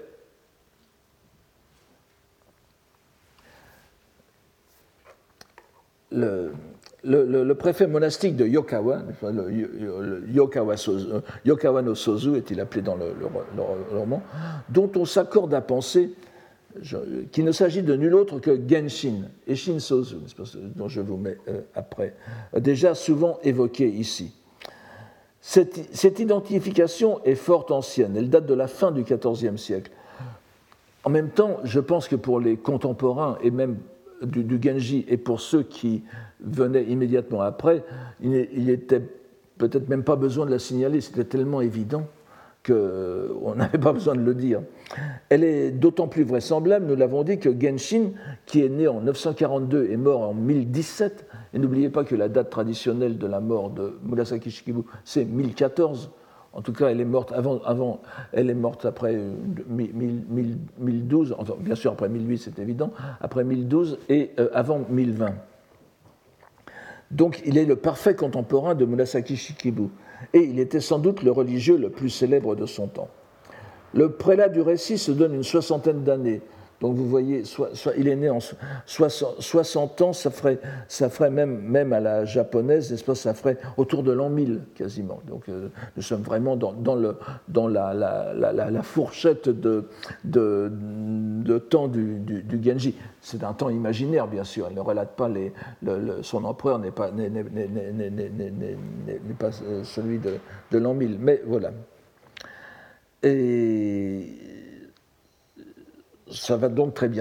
Le, le, le, le préfet monastique de Yokawa, le, le Yokawa, Sozu, Yokawa no Sozu est-il appelé dans le, le, le roman, dont on s'accorde à penser je, qu'il ne s'agit de nul autre que Genshin, et Shin Sozu, dont je vous mets euh, après, déjà souvent évoqué ici. Cette, cette identification est fort ancienne, elle date de la fin du quatorzième siècle. En même temps, je pense que pour les contemporains, et même Du, du Genji, et pour ceux qui venaient immédiatement après, il n'était peut-être même pas besoin de la signaler, c'était tellement évident qu'on n'avait pas besoin de le dire. Elle est d'autant plus vraisemblable, nous l'avons dit, que Genshin, qui est né en neuf cent quarante-deux et mort en mille dix-sept, et n'oubliez pas que la date traditionnelle de la mort de Murasaki Shikibu, c'est mille quatorze. En tout cas, elle est morte avant, avant elle est morte après mille douze, enfin, bien sûr après mille huit, c'est évident, après mille douze et euh, avant mille vingt. Donc, il est le parfait contemporain de Murasaki Shikibu, et il était sans doute le religieux le plus célèbre de son temps. Le prélat du récit se donne une soixantaine d'années. Donc vous voyez, soit, soit, il est né en soixante ans, ça ferait, ça ferait même, même à la japonaise, n'est-ce pas, ça ferait autour de l'an mille quasiment. Donc euh, nous sommes vraiment dans, dans, le, dans la, la, la, la fourchette de, de, de temps du, du, du Genji. C'est un temps imaginaire, bien sûr. Elle ne relate pas les, le, le, son empereur n'est pas, n'est, n'est, n'est, n'est, n'est, n'est, n'est pas celui de, de l'an mille. Mais voilà. Et ça va donc très bien.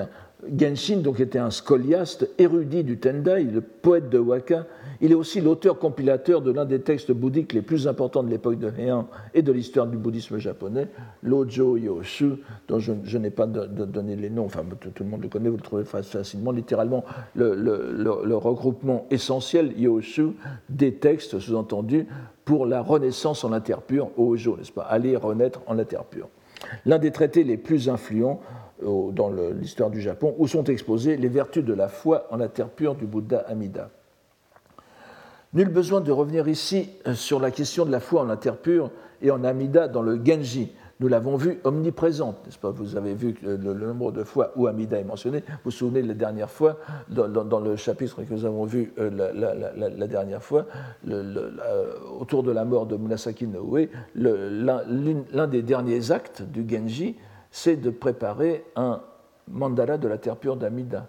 Genshin donc, était un scoliaste, érudit du Tendai, le poète de waka. Il est aussi l'auteur-compilateur de l'un des textes bouddhiques les plus importants de l'époque de Heian et de l'histoire du bouddhisme japonais, l'Ojo Yoshu, dont je, je n'ai pas de, de donné les noms, enfin tout, tout le monde le connaît, vous le trouvez facilement, littéralement le, le, le, le regroupement essentiel, Yoshu, des textes sous-entendus pour la renaissance en la terre pure, Ojo, n'est-ce pas, aller renaître en la terre pure. L'un des traités les plus influents dans l'histoire du Japon, où sont exposées les vertus de la foi en la terre pure du Bouddha Amida. Nul besoin de revenir ici sur la question de la foi en la terre pure et en Amida dans le Genji. Nous l'avons vu omniprésente, n'est-ce pas? Vous avez vu le, le nombre de fois où Amida est mentionné. Vous vous souvenez la dernière fois, dans, dans, dans le chapitre que nous avons vu euh, la, la, la, la dernière fois, le, le, la, autour de la mort de Murasaki Noe, l'un des derniers actes du Genji, c'est de préparer un mandala de la terre pure d'Amida.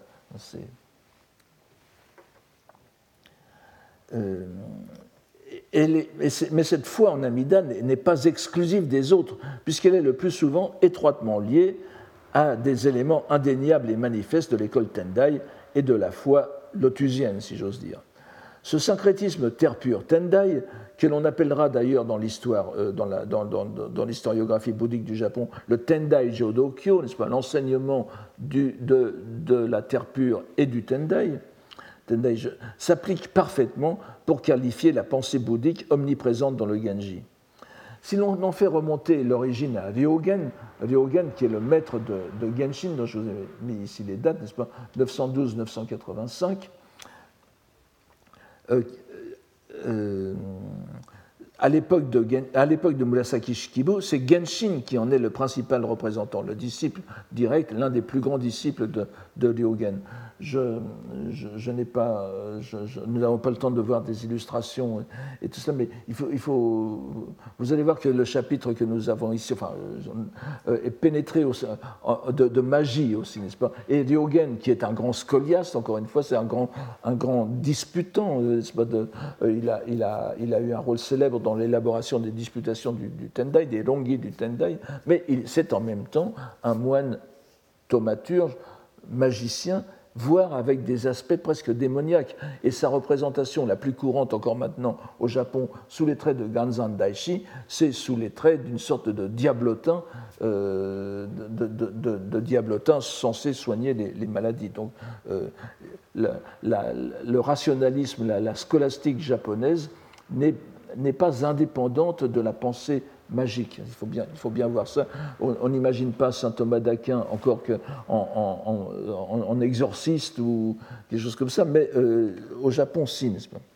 Euh, et les, et mais cette foi en Amida n'est pas exclusive des autres, puisqu'elle est le plus souvent étroitement liée à des éléments indéniables et manifestes de l'école Tendai et de la foi lotusienne, si j'ose dire. Ce syncrétisme terre pure Tendai, que l'on appellera d'ailleurs dans l'histoire, euh, dans, la, dans, dans, dans l'historiographie bouddhique du Japon, le Tendai Jodokyo, n'est-ce pas, l'enseignement du, de, de la terre pure et du Tendai, Tendai s'applique parfaitement pour qualifier la pensée bouddhique omniprésente dans le Genji. Si l'on en fait remonter l'origine à Ryogen, Ryogen qui est le maître de, de Genshin, dont je vous ai mis ici les dates, n'est-ce pas, neuf cent douze à neuf cent quatre-vingt-cinq, euh, euh, à l'époque de, à l'époque de Murasaki Shikibu, c'est Genshin qui en est le principal représentant, le disciple direct, l'un des plus grands disciples de, de Ryogen. Je, je, je n'ai pas, je, je, nous n'avons pas le temps de voir des illustrations et tout cela, mais il faut, il faut, vous allez voir que le chapitre que nous avons ici, enfin, euh, est pénétré au, de, de magie aussi, n'est-ce pas? Et Ryogen, qui est un grand scoliaste, encore une fois, c'est un grand, un grand disputant, n'est-ce pas? De, euh, il, a, il, a, il a eu un rôle célèbre dans l'élaboration des disputations du, du Tendai, des rongi du Tendai, mais c'est en même temps un moine thaumaturge, magicien, voire avec des aspects presque démoniaques. Et sa représentation la plus courante encore maintenant au Japon, sous les traits de Ganzan Daishi, c'est sous les traits d'une sorte de diablotin, euh, de, de, de, de diablotin censé soigner les, les maladies. Donc, euh, la, la, le rationalisme, la, la scolastique japonaise n'est n'est pas indépendante de la pensée magique. Il faut bien, il faut bien voir ça. On n'imagine pas saint Thomas d'Aquin encore qu'en en, en, en, en exorciste ou quelque chose comme ça, mais euh, au Japon, si, n'est-ce pas?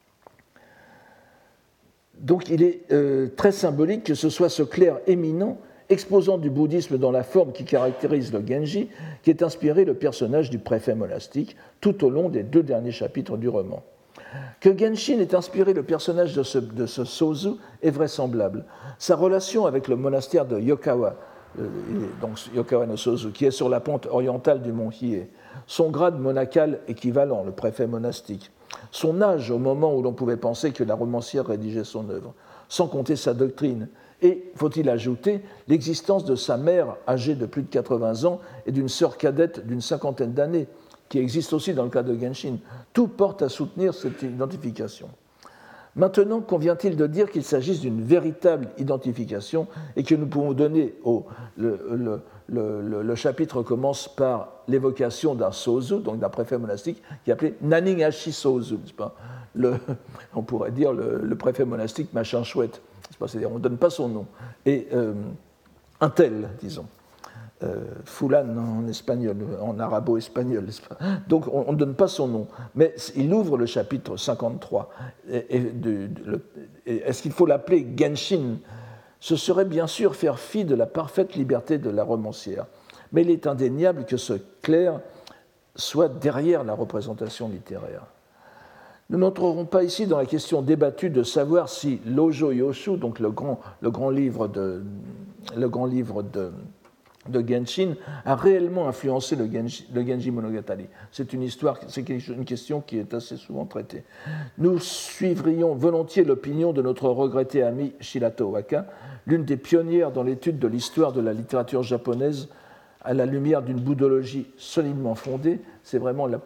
Donc il est euh, très symbolique que ce soit ce clerc éminent, exposant du bouddhisme dans la forme qui caractérise le Genji, qui ait inspiré le personnage du préfet monastique tout au long des deux derniers chapitres du roman. Que Genshin ait inspiré le personnage de ce, de ce Sozu est vraisemblable. Sa relation avec le monastère de Yokawa, euh, donc Yokawa no Sozu, qui est sur la pente orientale du mont Hiei, son grade monacal équivalent, le préfet monastique, son âge au moment où l'on pouvait penser que la romancière rédigeait son œuvre, sans compter sa doctrine, et, faut-il ajouter, l'existence de sa mère âgée de plus de quatre-vingts ans et d'une sœur cadette d'une cinquantaine d'années, qui existe aussi dans le cas de Genshin. Tout porte à soutenir cette identification. Maintenant, convient-il de dire qu'il s'agisse d'une véritable identification et que nous pouvons donner au... Le, le, le, le chapitre commence par l'évocation d'un sozu, donc d'un préfet monastique, qui est appelé Naningashi Sozu, n'est-ce pas? Le, on pourrait dire le, le préfet monastique machin chouette, n'est-ce pas? C'est-à-dire on ne donne pas son nom. Et euh, un tel, disons. Euh, Fulan en espagnol, en arabo-espagnol, n'est-ce pas? Donc on ne donne pas son nom, mais il ouvre le chapitre cinquante-trois. Et, et de, de, le, et est-ce qu'il faut l'appeler Genshin? Ce serait bien sûr faire fi de la parfaite liberté de la romancière, mais il est indéniable que ce clerc soit derrière la représentation littéraire. Nous n'entrerons pas ici dans la question débattue de savoir si l'Ojo Yoshu, donc le grand, le grand livre de, le grand livre de de Genshin, a réellement influencé le Genji, le Genji Monogatari. C'est une histoire, c'est une question qui est assez souvent traitée. Nous suivrions volontiers l'opinion de notre regretté ami Shirato Waka, l'une des pionnières dans l'étude de l'histoire de la littérature japonaise à la lumière d'une bouddhologie solidement fondée. C'est vraiment la,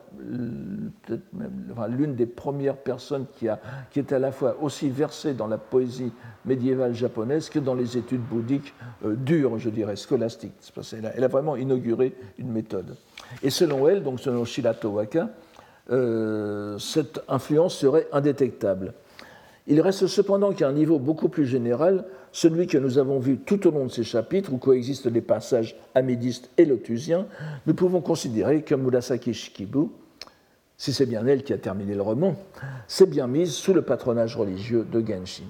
enfin, l'une des premières personnes qui, a, qui est à la fois aussi versée dans la poésie médiévale japonaise que dans les études bouddhiques euh, dures, je dirais, scolastiques. Elle a, elle a vraiment inauguré une méthode. Et selon elle, donc selon Shirato Waka, euh, cette influence serait indétectable. Il reste cependant qu'à un niveau beaucoup plus général, celui que nous avons vu tout au long de ces chapitres, où coexistent les passages amédistes et lotusiens, nous pouvons considérer que Murasaki Shikibu, si c'est bien elle qui a terminé le roman, s'est bien mise sous le patronage religieux de Genshin.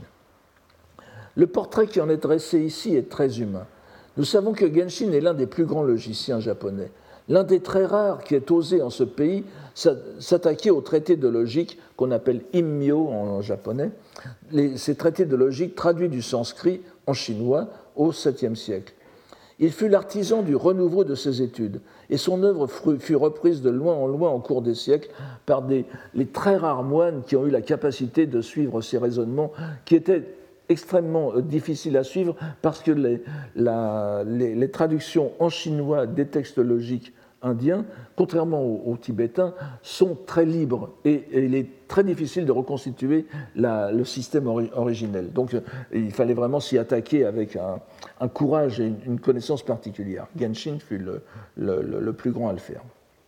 Le portrait qui en est dressé ici est très humain. Nous savons que Genshin est l'un des plus grands logiciens japonais, l'un des très rares qui ait osé en ce pays s'attaquer aux traités de logique qu'on appelle immyo en japonais, les, ces traités de logique traduits du sanskrit en chinois au septième siècle. Il fut l'artisan du renouveau de ses études, et son œuvre fut reprise de loin en loin au cours des siècles par des, les très rares moines qui ont eu la capacité de suivre ces raisonnements qui étaient extrêmement difficiles à suivre parce que les, la, les, les traductions en chinois des textes logiques indiens, contrairement aux, aux tibétains, sont très libres et, et il est très difficile de reconstituer la, le système ori- originel. Donc il fallait vraiment s'y attaquer avec un, un courage et une, une connaissance particulière. Genshin fut le, le, le, le plus grand à le faire.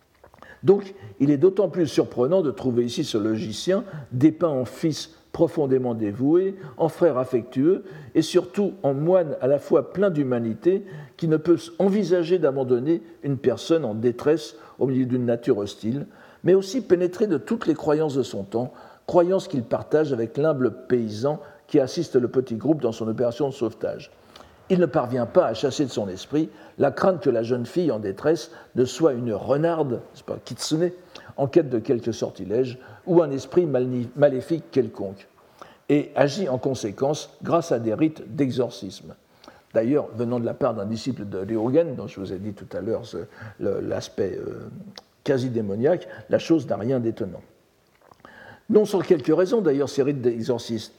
Donc il est d'autant plus surprenant de trouver ici ce logicien dépeint en fils profondément dévoué, en frère affectueux et surtout en moine à la fois plein d'humanité qui ne peut envisager d'abandonner une personne en détresse au milieu d'une nature hostile, mais aussi pénétré de toutes les croyances de son temps, croyances qu'il partage avec l'humble paysan qui assiste le petit groupe dans son opération de sauvetage. Il ne parvient pas à chasser de son esprit la crainte que la jeune fille en détresse ne soit une renarde, c'est pas kitsune, en quête de quelque sortilège, ou un esprit maléfique quelconque, et agit en conséquence grâce à des rites d'exorcisme. D'ailleurs, venant de la part d'un disciple de Ryogen, dont je vous ai dit tout à l'heure ce, le, l'aspect euh, quasi démoniaque, la chose n'a rien d'étonnant. Non sans quelques raisons, d'ailleurs, ces rites d'exorcisme,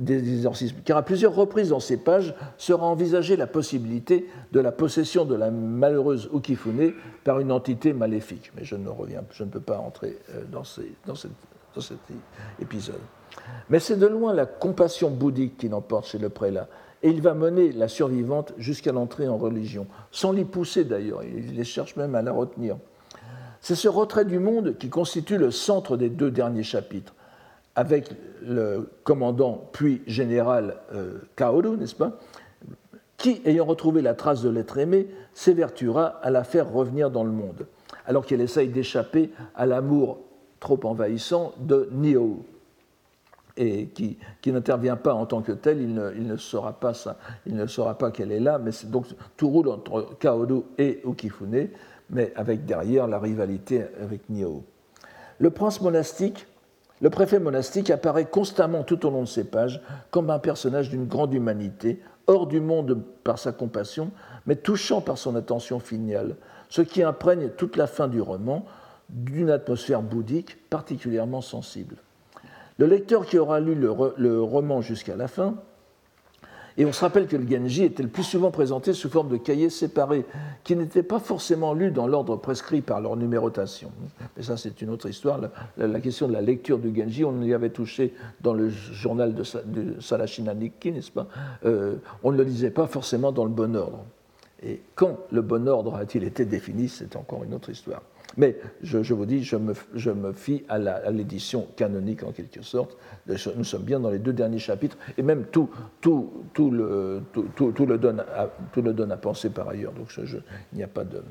car à plusieurs reprises dans ces pages sera envisagée la possibilité de la possession de la malheureuse Ukifune par une entité maléfique. Mais je ne, reviens, je ne peux pas entrer dans, ces, dans, cette, dans cet épisode. Mais c'est de loin la compassion bouddhique qui l'emporte chez le prélat, et il va mener la survivante jusqu'à l'entrée en religion, sans l'y pousser d'ailleurs, il cherche même à la retenir. C'est ce retrait du monde qui constitue le centre des deux derniers chapitres, avec le commandant puis général euh, Kaoru, n'est-ce pas, qui, ayant retrouvé la trace de l'être aimé, s'évertuera à la faire revenir dans le monde, alors qu'elle essaye d'échapper à l'amour trop envahissant de Nihou, et qui, qui n'intervient pas en tant que tel, il ne, il ne saura pas ça, il ne saura pas qu'elle est là, mais c'est donc tout roule entre Kaoru et Ukifune, mais avec derrière la rivalité avec Nihou. Le prince monastique, le préfet monastique apparaît constamment tout au long de ces pages comme un personnage d'une grande humanité, hors du monde par sa compassion, mais touchant par son attention filiale, ce qui imprègne toute la fin du roman d'une atmosphère bouddhique particulièrement sensible. Le lecteur qui aura lu le, re, le roman jusqu'à la fin, et on se rappelle que le Genji était le plus souvent présenté sous forme de cahiers séparés, qui n'étaient pas forcément lus dans l'ordre prescrit par leur numérotation. Mais ça, c'est une autre histoire. La, la question de la lecture du Genji, on y avait touché dans le journal de, de Sarashina Nikki, n'est-ce pas euh, On ne le lisait pas forcément dans le bon ordre. Et quand le bon ordre a-t-il été défini, c'est encore une autre histoire. Mais je, je vous dis, je me, je me fie à, la, à l'édition canonique en quelque sorte. Nous sommes bien dans les deux derniers chapitres, et même tout, tout, tout, le, tout, tout, tout, le, donne à, tout le donne à penser par ailleurs. Donc je, je, il n'y a pas de,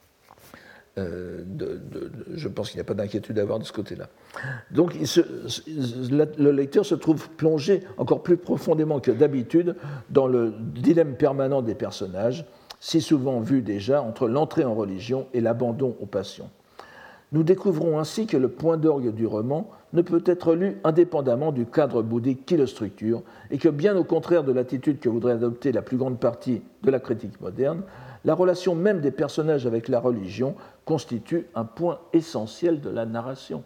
euh, de, de, de, je pense qu'il n'y a pas d'inquiétude à avoir de ce côté-là. Donc il se, le lecteur se trouve plongé encore plus profondément que d'habitude dans le dilemme permanent des personnages, si souvent vu déjà entre l'entrée en religion et l'abandon aux passions. Nous découvrons ainsi que le point d'orgue du roman ne peut être lu indépendamment du cadre bouddhique qui le structure, et que bien au contraire de l'attitude que voudrait adopter la plus grande partie de la critique moderne, la relation même des personnages avec la religion constitue un point essentiel de la narration.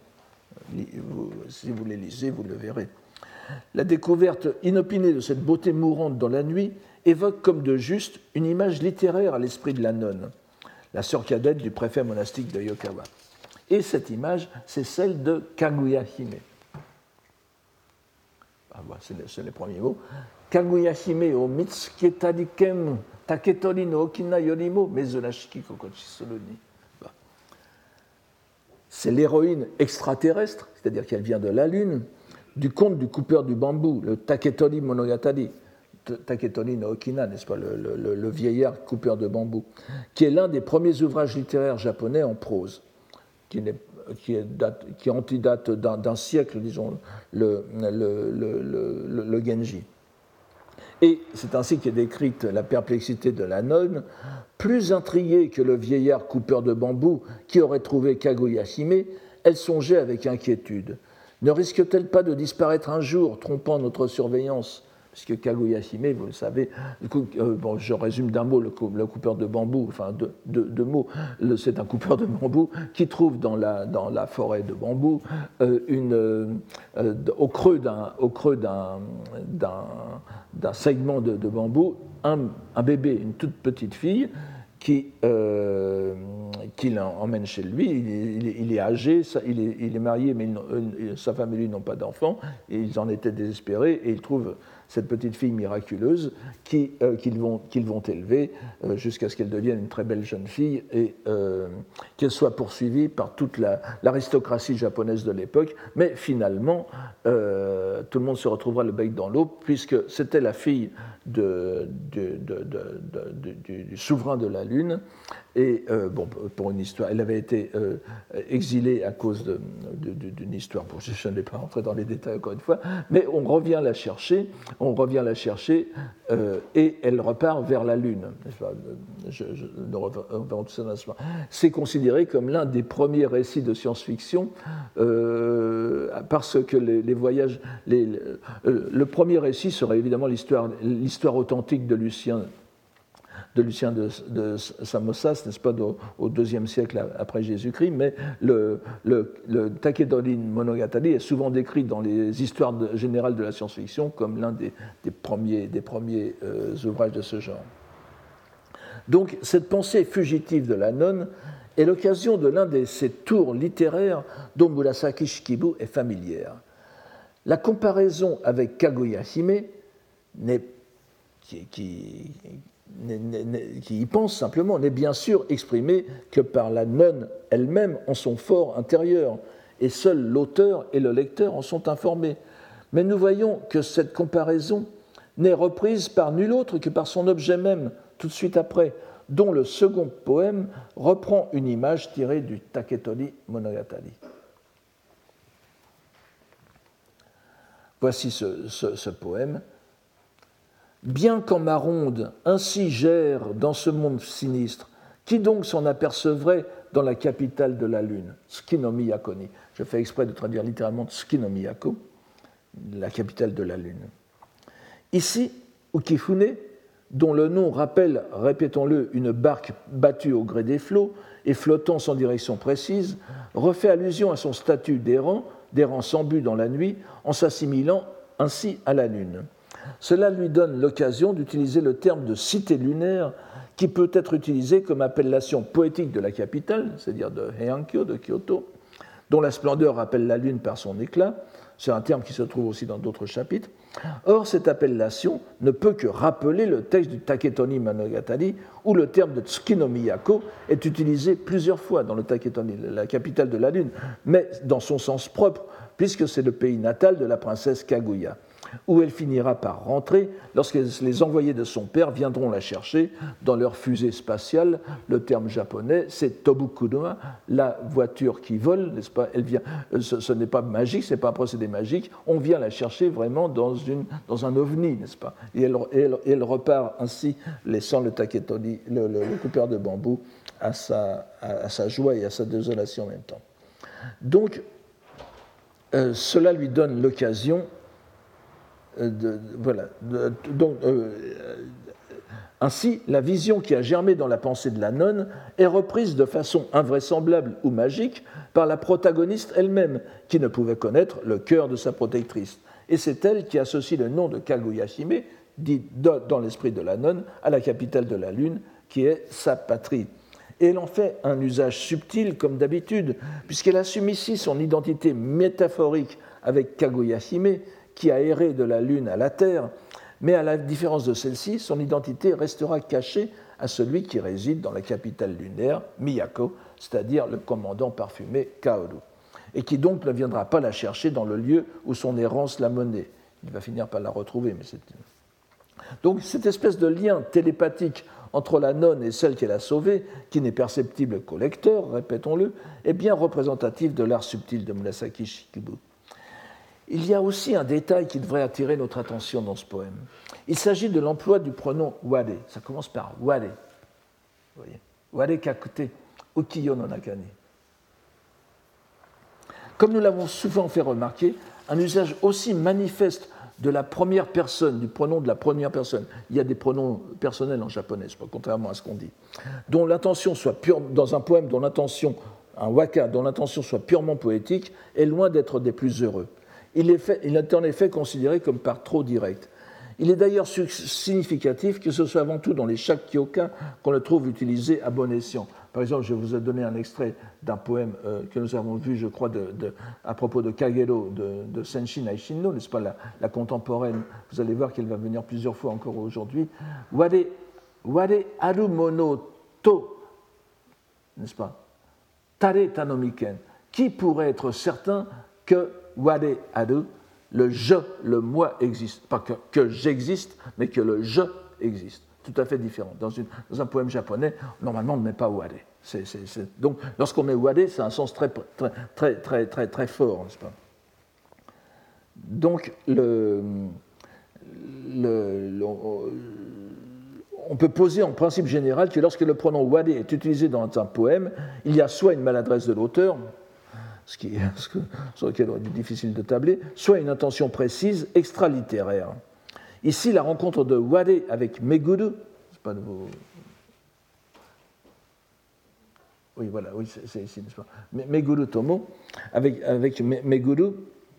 Si vous les lisez, vous le verrez. La découverte inopinée de cette beauté mourante dans la nuit évoque comme de juste une image littéraire à l'esprit de la nonne. la sœur cadette du préfet monastique de Yokawa. Et cette image, c'est celle de Kaguya-hime. Ah, voilà, c'est, c'est les premiers mots. Kaguya-hime o mitsuketariken taketori no okina yorimo mezurashiki kokochi suru ni. C'est l'héroïne extraterrestre, c'est-à-dire qu'elle vient de la Lune, du conte du coupeur du bambou, le Taketori Monogatari, Taketori no Okina, n'est-ce pas, le, le, le vieillard coupeur de bambou, qui est l'un des premiers ouvrages littéraires japonais en prose, qui, qui, est date, qui antidate d'un, d'un siècle, disons, le, le, le, le, le Genji. Et c'est ainsi qu'est décrite la perplexité de la nonne, plus intriguée que le vieillard coupeur de bambou qui aurait trouvé Kaguya-hime, elle songeait avec inquiétude. Ne risque-t-elle pas de disparaître un jour, trompant notre surveillance ? Puisque Kaguya-hime, vous le savez, euh, bon, je résume d'un mot le, le coupeur de bambou, enfin deux de, de mots, le, c'est un coupeur de bambou qui trouve dans la, dans la forêt de bambou, euh, une, euh, au creux d'un, au creux d'un, d'un, d'un segment de, de bambou, un, un bébé, une toute petite fille, qui, euh, qui l'emmène chez lui. Il est, il est âgé, il est, il est marié, mais il, sa femme et lui n'ont pas d'enfant, et ils en étaient désespérés, et ils trouvent cette petite fille miraculeuse qui, euh, qu'ils, vont, qu'ils vont élever euh, jusqu'à ce qu'elle devienne une très belle jeune fille et euh, qu'elle soit poursuivie par toute la, l'aristocratie japonaise de l'époque. Mais finalement, euh, tout le monde se retrouvera le bec dans l'eau, puisque c'était la fille de, de, de, de, de, de, du, du souverain de la Lune. Et euh, bon, pour une histoire, elle avait été euh, exilée à cause de, de, de, d'une histoire. Bon, je, je ne vais pas rentrer dans les détails encore une fois, mais on revient la chercher, on revient la chercher, euh, et elle repart vers la Lune. Je, je, je, c'est considéré comme l'un des premiers récits de science-fiction, euh, parce que les, les voyages, les, le, le premier récit serait évidemment l'histoire, l'histoire authentique de Lucien. de Lucien de, de Samosas, n'est-ce pas, au, au deuxième siècle après Jésus-Christ, mais le, le, le Taketori Monogatari est souvent décrit dans les histoires de, générales de la science-fiction comme l'un des, des premiers, des premiers euh, ouvrages de ce genre. Donc, cette pensée fugitive de la nonne est l'occasion de l'un de ces tours littéraires dont Murasaki Shikibu est familière. La comparaison avec Kaguya-hime n'est, qui, qui qui y pense simplement, n'est bien sûr exprimé que par la nonne elle-même en son fort intérieur, et seul l'auteur et le lecteur en sont informés. Mais nous voyons que cette comparaison n'est reprise par nul autre que par son objet même, tout de suite après, dont le second poème reprend une image tirée du Taketori Monogatari. Voici ce, ce, ce poème. Bien qu'en Maronde ainsi gère dans ce monde sinistre, qui donc s'en apercevrait dans la capitale de la Lune, Tsuki no Miyako ni. Je fais exprès de traduire littéralement Tsuki no Miyako, la capitale de la Lune. Ici, Ukifune, dont le nom rappelle, répétons-le, une barque battue au gré des flots et flottant sans direction précise, refait allusion à son statut d'errant, d'errant sans but dans la nuit, en s'assimilant ainsi à la Lune. Cela lui donne l'occasion d'utiliser le terme de cité lunaire qui peut être utilisé comme appellation poétique de la capitale, c'est-à-dire de Heiankyo, de Kyoto, dont la splendeur rappelle la lune par son éclat. C'est un terme qui se trouve aussi dans d'autres chapitres. Or, cette appellation ne peut que rappeler le texte du Taketori Monogatari, où le terme de Tsuki no Miyako est utilisé plusieurs fois dans le Taketori, la capitale de la lune, mais dans son sens propre, puisque c'est le pays natal de la princesse Kaguya, où elle finira par rentrer lorsque les envoyés de son père viendront la chercher dans leur fusée spatiale. Le terme japonais, c'est Tobukuruma, la voiture qui vole, n'est-ce pas ? Elle vient, ce, ce n'est pas magique, ce n'est pas un procédé magique, on vient la chercher vraiment dans, une, dans un ovni, n'est-ce pas ? Et elle, et elle, et elle repart ainsi, laissant le taketori, le, le, le coupeur de bambou, à sa, à, à sa joie et à sa désolation en même temps. Donc, euh, cela lui donne l'occasion De, de, voilà. De, donc, euh, ainsi, la vision qui a germé dans la pensée de la nonne est reprise de façon invraisemblable ou magique par la protagoniste elle-même, qui ne pouvait connaître le cœur de sa protectrice. Et c'est elle qui associe le nom de Kaguya-hime, dit dans l'esprit de la nonne, à la capitale de la Lune, qui est sa patrie. Et elle en fait un usage subtil, comme d'habitude, puisqu'elle assume ici son identité métaphorique avec Kaguya-hime, qui a erré de la Lune à la Terre, mais à la différence de celle-ci, son identité restera cachée à celui qui réside dans la capitale lunaire, Miyako, c'est-à-dire le commandant parfumé Kaoru, et qui donc ne viendra pas la chercher dans le lieu où son errance l'a menée. Il va finir par la retrouver, mais c'est... Donc cette espèce de lien télépathique entre la nonne et celle qu'elle a sauvée, qui n'est perceptible qu'au lecteur, répétons-le, est bien représentatif de l'art subtil de Murasaki Shikibu. Il y a aussi un détail qui devrait attirer notre attention dans ce poème. Il s'agit de l'emploi du pronom ware. Ça commence par ware. Vous voyez, ware kakute, ukiyo no nakani. Comme nous l'avons souvent fait remarquer, un usage aussi manifeste de la première personne, du pronom de la première personne. Il y a des pronoms personnels en japonais, contrairement à ce qu'on dit. Dont l'intention soit pure, dans un poème dont l'intention, un waka, dont l'intention soit purement poétique, est loin d'être des plus heureux. Il est, fait, il est en effet considéré comme par trop direct. Il est d'ailleurs significatif que ce soit avant tout dans les shakkyoka qu'on le trouve utilisé à bon escient. Par exemple, je vous ai donné un extrait d'un poème euh, que nous avons vu, je crois, de, de, à propos de Kagero, de, de Senshin Aishinno, n'est-ce pas, la, la contemporaine. Vous allez voir qu'elle va venir plusieurs fois encore aujourd'hui. Ware, ware aru mono to, n'est-ce pas, tare tanomiken. Qui pourrait être certain que ware aru, le je, le moi existe. Pas que, que j'existe, mais que le je existe. Tout à fait différent. Dans, une, dans un poème japonais, normalement, on ne met pas ware. C'est, c'est, c'est... Donc, lorsqu'on met ware, c'est un sens très, très, très, très, très, très fort, n'est-ce pas? Donc, le, le, le, on peut poser en principe général que lorsque le pronom ware est utilisé dans un poème, il y a soit une maladresse de l'auteur, ce qui, ce que, sur lequel il est difficile de tabler, soit une intention précise extra-littéraire. Ici, la rencontre de ware avec Meguru, c'est pas de vos... Oui, voilà, oui, c'est, c'est ici, n'est-ce pas? Meguru Tomo, avec, avec Meguru,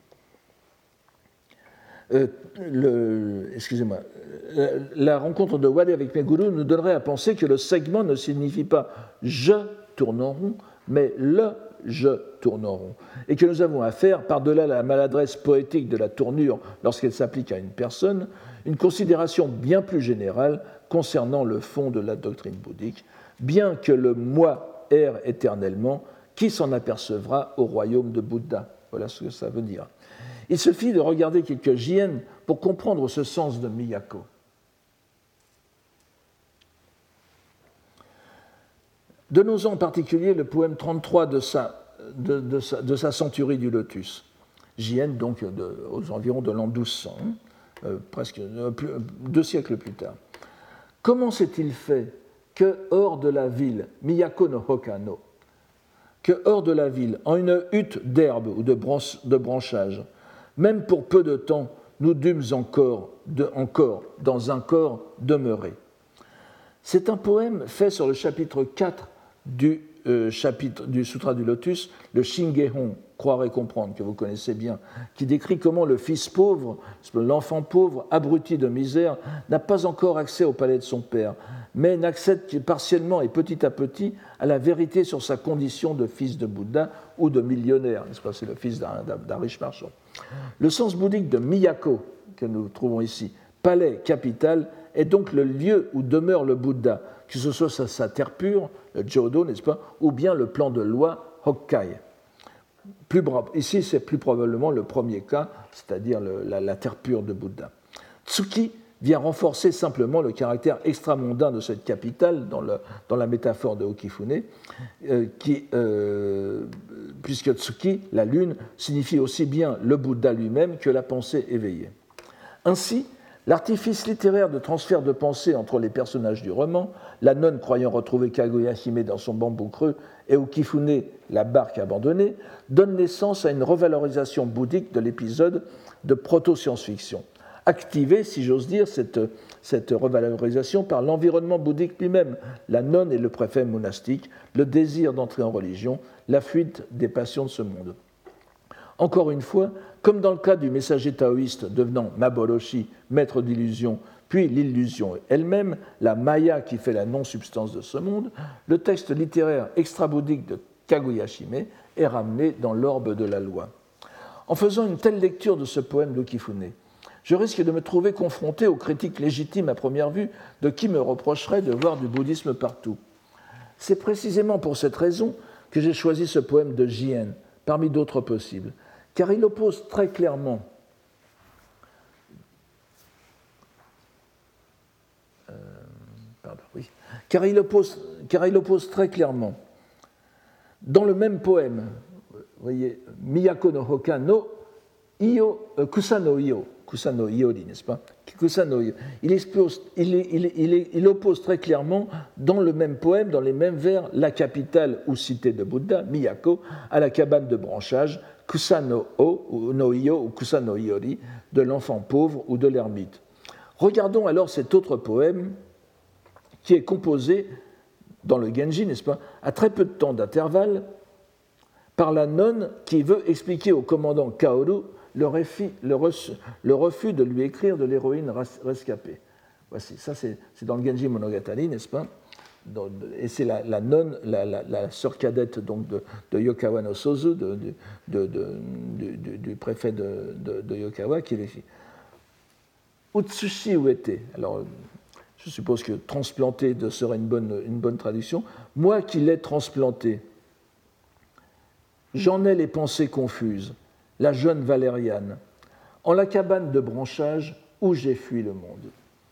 euh, le, excusez-moi, la rencontre de ware avec Meguru nous donnerait à penser que le segment ne signifie pas « je tourne en rond », mais « le je tourne en rond », et que nous avons affaire, par-delà la maladresse poétique de la tournure lorsqu'elle s'applique à une personne, une considération bien plus générale concernant le fond de la doctrine bouddhique, bien que le moi erre éternellement, qui s'en apercevra au royaume de Bouddha? Voilà ce que ça veut dire. Il suffit de regarder quelques jien pour comprendre ce sens de Miyako. Donnons-en en particulier le poème trente-trois de sa, de, de sa, de sa Centurie du Lotus, jien donc de, aux environs de l'an douze cents, euh, presque euh, plus, deux siècles plus tard. Comment s'est-il fait que hors de la ville, Miyako no Hokano, que hors de la ville, en une hutte d'herbe ou de, branche, de branchage, même pour peu de temps, nous dûmes encore, de, encore dans un corps demeuré? C'est un poème fait sur le chapitre quatre du, euh, chapitre, du Sutra du Lotus, le Shingehon, croire et comprendre, que vous connaissez bien, qui décrit comment le fils pauvre, l'enfant pauvre, abruti de misère, n'a pas encore accès au palais de son père, mais n'accède que partiellement et petit à petit à la vérité sur sa condition de fils de Bouddha ou de millionnaire, n'est-ce pas? C'est le fils d'un, d'un riche marchand. Le sens bouddhique de Miyako, que nous trouvons ici, palais, capitale, est donc le lieu où demeure le Bouddha, que ce soit sa, sa terre pure, le Jodo, n'est-ce pas, ou bien le plan de loi Hokkai. Plus, ici, c'est plus probablement le premier cas, c'est-à-dire le, la, la terre pure de Bouddha. Tsuki vient renforcer simplement le caractère extramondain de cette capitale dans, le, dans la métaphore de Okifune, euh, qui, euh, puisque Tsuki, la lune, signifie aussi bien le Bouddha lui-même que la pensée éveillée. Ainsi, l'artifice littéraire de transfert de pensée entre les personnages du roman, la nonne croyant retrouver Kaguya-hime dans son bambou creux et Okifune, la barque abandonnée, donne naissance à une revalorisation bouddhique de l'épisode de proto-science-fiction, activée, si j'ose dire, cette, cette revalorisation par l'environnement bouddhique lui-même, la nonne et le préfet monastique, le désir d'entrer en religion, la fuite des passions de ce monde. Encore une fois, comme dans le cas du messager taoïste devenant Maboroshi, maître d'illusion, puis l'illusion elle-même, la maya qui fait la non-substance de ce monde, le texte littéraire extra-bouddhique de Kaguya-shime est ramené dans l'orbe de la loi. En faisant une telle lecture de ce poème d'Okifune, je risque de me trouver confronté aux critiques légitimes à première vue de qui me reprocherait de voir du bouddhisme partout. C'est précisément pour cette raison que j'ai choisi ce poème de Jien, parmi d'autres possibles, car il oppose très clairement euh, pardon, oui, car il oppose, car il oppose très clairement dans le même poème, vous voyez, Miyako no Hoka no Iyo, euh, Kusano Iyo, Kusano Iori, n'est-ce pas? Kusano Iyo. Il, expose, il, il, il, il oppose très clairement dans le même poème, dans les mêmes vers, la capitale ou cité de Bouddha, Miyako, à la cabane de branchage, Kusano O, no Iyo ou Kusano Iori, de l'enfant pauvre ou de l'ermite. Regardons alors cet autre poème qui est composé dans le Genji, n'est-ce pas, à très peu de temps d'intervalle, par la nonne qui veut expliquer au commandant Kaoru le refus, le, refus, le refus de lui écrire de l'héroïne rescapée. Voici, ça c'est, c'est dans le Genji Monogatari, n'est-ce pas? Et c'est la, la nonne, la, la, la sœur cadette donc de, de Yokawa no Sozu, de, de, de, de, du, du, du préfet de, de, de Yokawa, qui écrit Utsushi uete. Alors, je suppose que transplanté serait une bonne, une bonne traduction. Moi qui l'ai transplanté, j'en ai les pensées confuses, la jeune Valériane, en la cabane de branchage où j'ai fui le monde.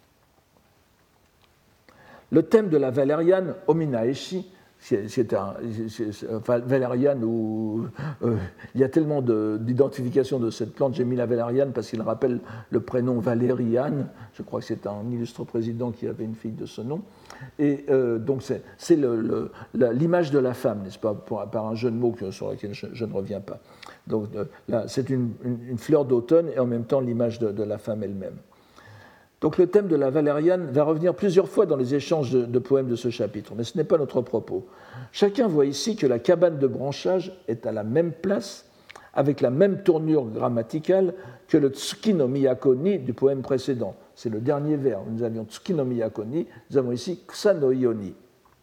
Le thème de la Valériane, Ominaeshi, c'est, c'est un, c'est, c'est, enfin, Valériane où euh, il y a tellement de, d'identification de cette plante, j'ai mis la Valériane parce qu'il rappelle le prénom Valériane, je crois que c'est un illustre président qui avait une fille de ce nom, et euh, donc c'est, c'est le, le, la, l'image de la femme, n'est-ce pas, pour, par un jeu de mots que, sur lequel je, je ne reviens pas. Donc euh, là, c'est une, une, une fleur d'automne et en même temps l'image de, de la femme elle-même. Donc le thème de la Valériane va revenir plusieurs fois dans les échanges de, de poèmes de ce chapitre, mais ce n'est pas notre propos. Chacun voit ici que la cabane de branchage est à la même place, avec la même tournure grammaticale que le Tsuki no Miyako ni du poème précédent. C'est le dernier vers. Nous avions Tsuki no Miyako ni, nous avons ici Kusa no Iyo ni.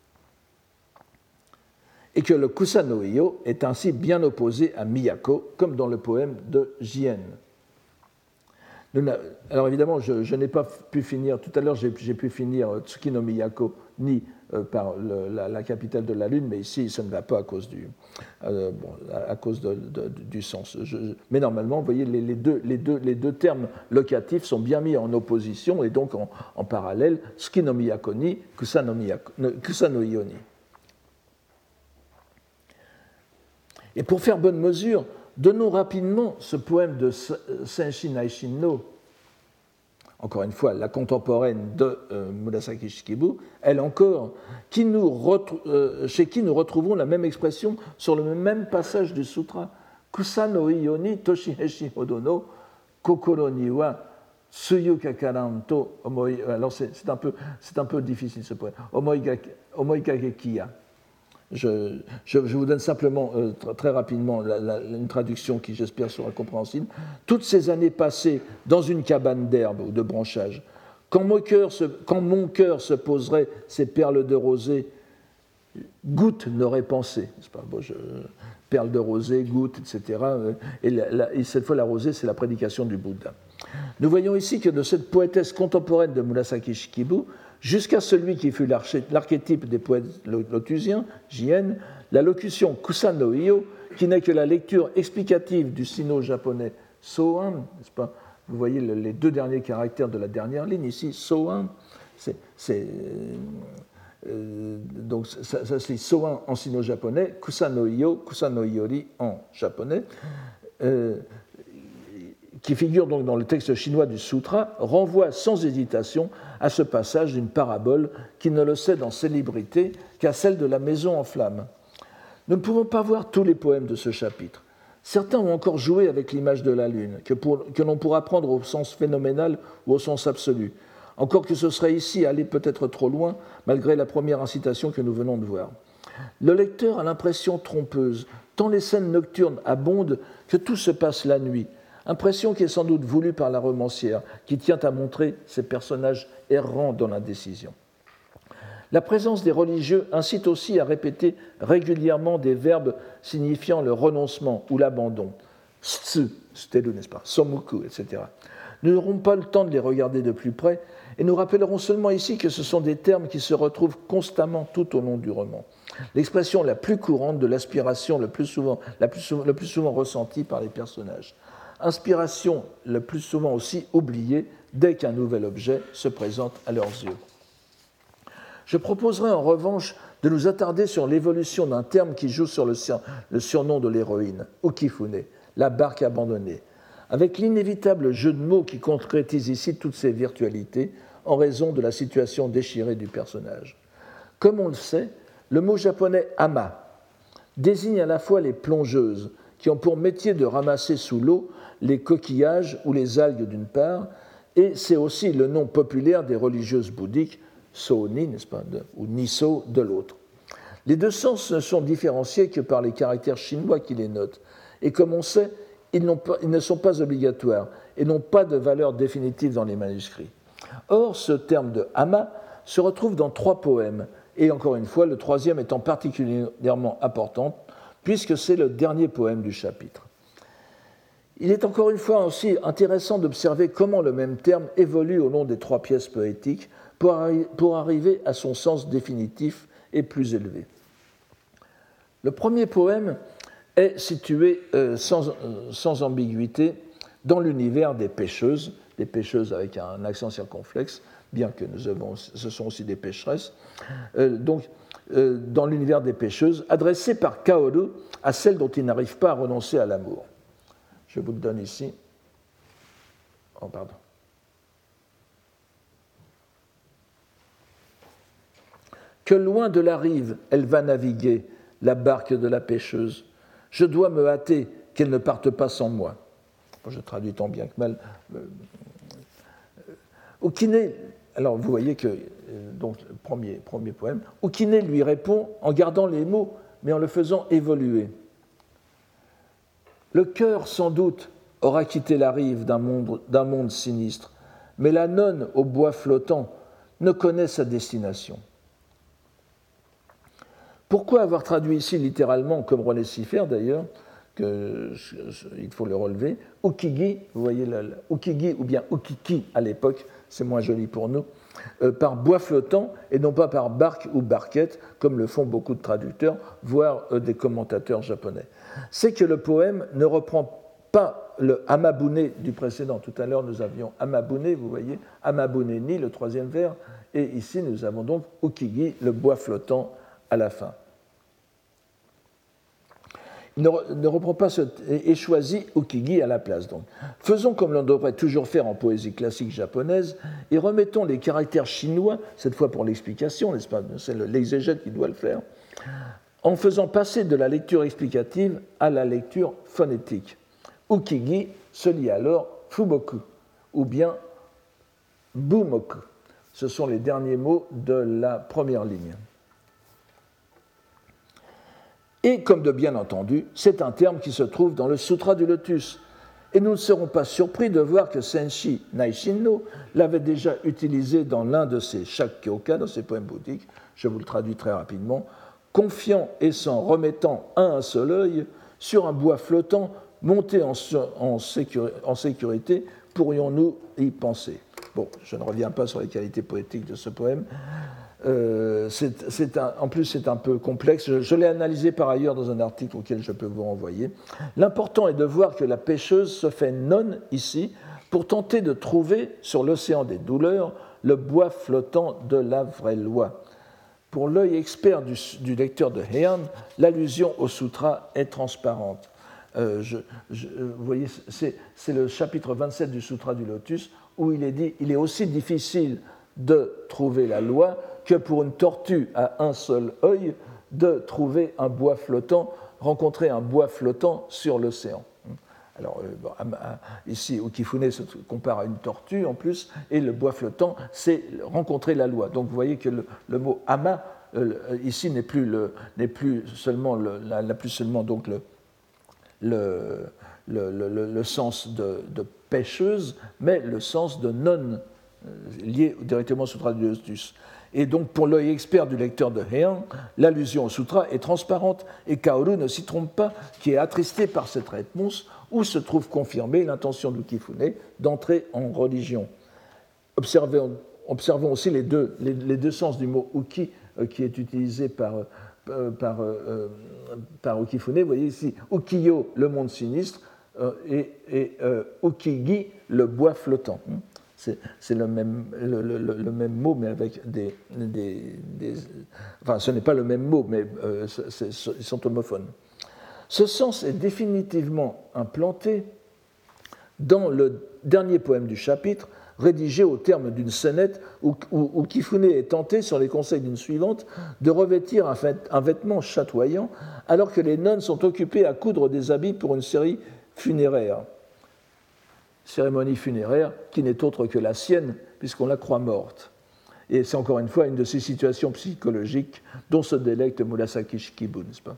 Et que le Kusa no Iyo est ainsi bien opposé à Miyako, comme dans le poème de Jien. Alors évidemment, je, je n'ai pas pu finir, tout à l'heure j'ai, j'ai pu finir Tsuki no Miyako ni euh, par le, la, la capitale de la Lune, mais ici ça ne va pas à cause du, euh, bon, à, à cause de, de, du sens. Je, je, mais normalement, vous voyez, les, les, deux, les, deux, les deux termes locatifs sont bien mis en opposition et donc en, en parallèle, Tsuki no Miyako ni, Kusa no, Miyako, no, Kusa no Iyo ni. Et pour faire bonne mesure, donnons rapidement ce poème de Senshi Naishin no, encore une fois, la contemporaine de euh, Murasaki Shikibu, elle encore, qui nous retrou- euh, chez qui nous retrouvons la même expression sur le même passage du sutra. Kusa no iyo ni toshiheshi hodo no kokoro ni wa suyu kakaran to omoi. Alors c'est, c'est, un peu, c'est un peu difficile ce poème. Omoi kagekiya. Je, je, je vous donne simplement, euh, très rapidement, la, la, une traduction qui, j'espère, sera compréhensible. Toutes ces années passées dans une cabane d'herbe ou de branchage, quand mon cœur se, quand mon cœur se poserait ces perles de rosée, goutte n'aurait pensé. C'est pas, bon, je, perles de rosée, goutte, et cetera. Et, la, la, et cette fois, la rosée, c'est la prédication du Bouddha. Nous voyons ici que de cette poétesse contemporaine de Murasaki Shikibu, jusqu'à celui qui fut l'archétype des poètes lotusiens, Jien, la locution Kusa no Iyo, qui n'est que la lecture explicative du sino-japonais Soan, n'est-ce pas? Vous voyez les deux derniers caractères de la dernière ligne ici, Soan, c'est, c'est, euh, donc ça, ça c'est Soan en sino-japonais, Kusa no Iyo, Kusa no Iori en japonais, euh, qui figure donc dans le texte chinois du sutra, renvoie sans hésitation à ce passage d'une parabole qui ne le sait en célébrité qu'à celle de la maison en flammes. Nous ne pouvons pas voir tous les poèmes de ce chapitre. Certains ont encore joué avec l'image de la lune, que, pour, que l'on pourra prendre au sens phénoménal ou au sens absolu, encore que ce serait ici aller peut-être trop loin, malgré la première incitation que nous venons de voir. Le lecteur a l'impression trompeuse, tant les scènes nocturnes abondent que tout se passe la nuit, Impression qui est sans doute voulue par la romancière, qui tient à montrer ces personnages errants dans l'indécision. La présence des religieux incite aussi à répéter régulièrement des verbes signifiant le renoncement ou l'abandon. Tsu, steru, n'est-ce pas, somuku, et cetera. Nous n'aurons pas le temps de les regarder de plus près et nous rappellerons seulement ici que ce sont des termes qui se retrouvent constamment tout au long du roman. L'expression la plus courante de l'aspiration le plus souvent, la plus souvent, le plus souvent ressentie par les personnages. Inspiration le plus souvent aussi oubliée dès qu'un nouvel objet se présente à leurs yeux. Je proposerai en revanche de nous attarder sur l'évolution d'un terme qui joue sur le, sur, le surnom de l'héroïne, Ukifune, la barque abandonnée, avec l'inévitable jeu de mots qui concrétise ici toutes ses virtualités en raison de la situation déchirée du personnage. Comme on le sait, le mot japonais ama désigne à la fois les plongeuses, qui ont pour métier de ramasser sous l'eau les coquillages ou les algues d'une part, et c'est aussi le nom populaire des religieuses bouddhiques, So-ni, n'est-ce pas, de, ou Niso de l'autre. Les deux sens ne sont différenciés que par les caractères chinois qui les notent, et comme on sait, ils, n'ont pas, ils ne sont pas obligatoires et n'ont pas de valeur définitive dans les manuscrits. Or, ce terme de ama se retrouve dans trois poèmes, et encore une fois, le troisième étant particulièrement important, puisque c'est le dernier poème du chapitre. Il est encore une fois aussi intéressant d'observer comment le même terme évolue au long des trois pièces poétiques pour, arri- pour arriver à son sens définitif et plus élevé. Le premier poème est situé euh, sans, euh, sans ambiguïté dans l'univers des pêcheuses, des pêcheuses avec un accent circonflexe, bien que nous avons, ce sont aussi des pêcheresses, euh, donc euh, dans l'univers des pêcheuses, adressé par Kaoru à celle dont il n'arrive pas à renoncer à l'amour. Je vous le donne ici. Oh, pardon. Que loin de la rive, elle va naviguer, la barque de la pêcheuse. Je dois me hâter qu'elle ne parte pas sans moi. Je traduis tant bien que mal. Ukine, alors vous voyez que, donc le premier, premier poème, Ukine lui répond en gardant les mots, mais en le faisant évoluer. Le cœur, sans doute, aura quitté la rive d'un monde, d'un monde sinistre, mais la nonne au bois flottant ne connaît sa destination. Pourquoi avoir traduit ici littéralement, comme René Siffert d'ailleurs, que, il faut le relever, Ukigi, vous voyez, le, le, Ukigi ou bien Ukiki à l'époque, c'est moins joli pour nous, euh, par bois flottant et non pas par barque ou barquette, comme le font beaucoup de traducteurs, voire euh, des commentateurs japonais. C'est que le poème ne reprend pas le Amabune du précédent. Tout à l'heure, nous avions Amabune, vous voyez, Amabune ni, le troisième vers, et ici, nous avons donc Ukigi, le bois flottant à la fin. Il ne, ne reprend pas ce, et choisit Ukigi à la place. Donc. Faisons comme l'on devrait toujours faire en poésie classique japonaise et remettons les caractères chinois, cette fois pour l'explication, n'est-ce pas, c'est l'exégète qui doit le faire, en faisant passer de la lecture explicative à la lecture phonétique. Ukigi se lit alors Fumoku ou bien Bumoku. Ce sont les derniers mots de la première ligne. Et comme de bien entendu, c'est un terme qui se trouve dans le Sutra du Lotus. Et nous ne serons pas surpris de voir que Senshi Naishinno l'avait déjà utilisé dans l'un de ses Shakkyoka, dans ses poèmes bouddhiques, je vous le traduis très rapidement, confiant et s'en remettant à un seul œil, sur un bois flottant, monté en, en, sécur, en sécurité, pourrions-nous y penser. Bon, je ne reviens pas sur les qualités poétiques de ce poème. Euh, c'est, c'est un, en plus, c'est un peu complexe. Je, je l'ai analysé par ailleurs dans un article auquel je peux vous renvoyer. L'important est de voir que la pêcheuse se fait nonne ici pour tenter de trouver sur l'océan des douleurs le bois flottant de la vraie loi. Pour l'œil expert du, du lecteur de Heian, l'allusion au sutra est transparente. Euh, je, je, vous voyez, c'est, c'est le chapitre vingt-sept du Sutra du Lotus où il est dit « Il est aussi difficile de trouver la loi que pour une tortue à un seul œil de trouver un bois flottant, rencontrer un bois flottant sur l'océan. » Alors, euh, bon, ici, Ukifune se compare à une tortue en plus, et le bois flottant, c'est rencontrer la loi. Donc, vous voyez que le, le mot ama, euh, ici, n'est plus, le, n'est plus seulement, le, la, la plus seulement donc le, le, le, le, le sens de, de pêcheuse, mais le sens de nonne, euh, lié directement au Sutra du Lotus. Et donc, pour l'œil expert du lecteur de Heian, l'allusion au sutra est transparente et Kaoru ne s'y trompe pas, qui est attristé par cette réponse où se trouve confirmée l'intention d'Ukifune d'entrer en religion. Observons, observons aussi les deux, les, les deux sens du mot uki euh, qui est utilisé par, euh, par, euh, par Ukifune. Vous voyez ici, ukiyo, le monde sinistre, euh, et, et euh, ukigi, le bois flottant. C'est, c'est le, même, le, le, le même mot, mais avec des, des, des... Enfin, ce n'est pas le même mot, mais euh, c'est, c'est, ils sont homophones. Ce sens est définitivement implanté dans le dernier poème du chapitre, rédigé au terme d'une scénette où, où, où Kifune est tenté, sur les conseils d'une suivante, de revêtir un, fait, un vêtement chatoyant, alors que les nonnes sont occupées à coudre des habits pour une série funéraire. Cérémonie funéraire qui n'est autre que la sienne, puisqu'on la croit morte. Et c'est encore une fois une de ces situations psychologiques dont se délecte Murasaki Shikibu, n'est-ce pas ?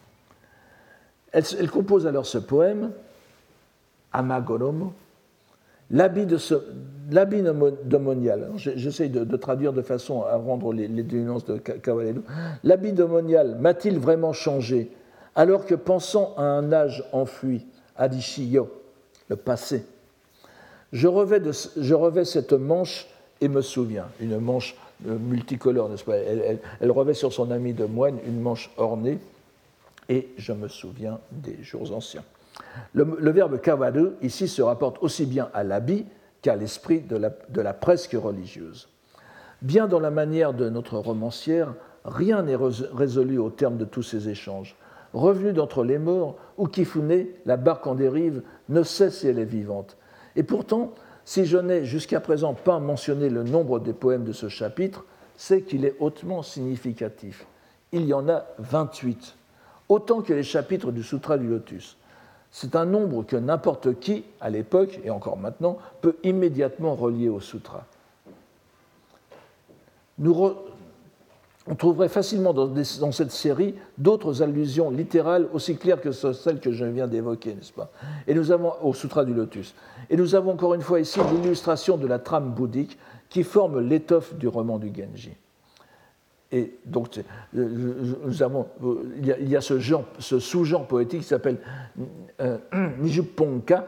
Elle, elle compose alors ce poème, Amagoromo, l'habit, de ce, l'habit domonial. J'essaie de, de traduire de façon à rendre les, les nuances de Kawaredo. L'habit domonial m'a-t-il vraiment changé, alors que pensant à un âge enfui, Adishiyo, le passé, Je revais, de, je revais cette manche et me souviens, une manche multicolore, n'est-ce pas ? Elle, elle, elle revêt sur son ami de moine une manche ornée, et je me souviens des jours anciens. Le, le verbe kawaru, ici, se rapporte aussi bien à l'habit qu'à l'esprit de la, de la presque religieuse. Bien dans la manière de notre romancière, rien n'est résolu au terme de tous ces échanges. Revenu d'entre les morts, Ukifune, la barque en dérive, ne sait si elle est vivante. Et pourtant, si je n'ai jusqu'à présent pas mentionné le nombre des poèmes de ce chapitre, c'est qu'il est hautement significatif. Il y en a vingt-huit, autant que les chapitres du Sutra du Lotus. C'est un nombre que n'importe qui, à l'époque, et encore maintenant, peut immédiatement relier au Sutra. Nous re... On trouverait facilement dans, des, dans cette série d'autres allusions littérales aussi claires que celles que je viens d'évoquer, n'est-ce pas ? Et nous avons au Sutra du Lotus. Et nous avons encore une fois ici l'illustration de la trame bouddhique qui forme l'étoffe du roman du Genji. Et donc, nous avons, il y a, il y a ce, genre, ce sous-genre poétique qui s'appelle euh, Nijuponka,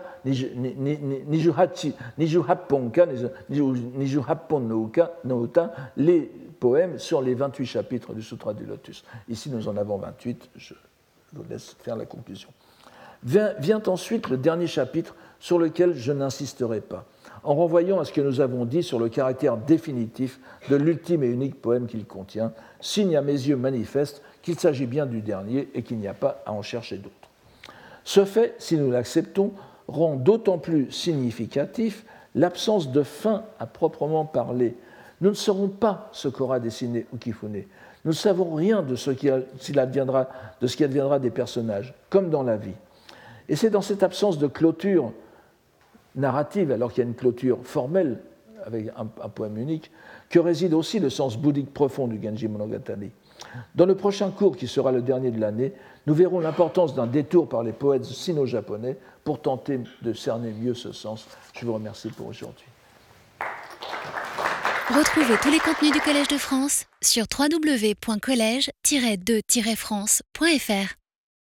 Nijuhapponka, Nijuhappon no uta, les poèmes sur les vingt-huit chapitres du Sutra du Lotus. Ici, nous en avons vingt-huit, je vous laisse faire la conclusion. Vient, vient ensuite le dernier chapitre sur lequel je n'insisterai pas, en renvoyant à ce que nous avons dit sur le caractère définitif de l'ultime et unique poème qu'il contient, signe à mes yeux manifeste qu'il s'agit bien du dernier et qu'il n'y a pas à en chercher d'autres. Ce fait, si nous l'acceptons, rend d'autant plus significatif l'absence de fin à proprement parler. Nous ne saurons pas ce qu'aura dessiné Ukifune. Nous ne savons rien de ce qui adviendra, de ce qui adviendra des personnages, comme dans la vie. Et c'est dans cette absence de clôture narrative, alors qu'il y a une clôture formelle avec un, un poème unique, que réside aussi le sens bouddhique profond du Genji Monogatari. Dans le prochain cours, qui sera le dernier de l'année, nous verrons l'importance d'un détour par les poètes sino-japonais pour tenter de cerner mieux ce sens. Je vous remercie pour aujourd'hui. Retrouvez tous les contenus du Collège de France sur w w w point collège tiret de tiret france point f r.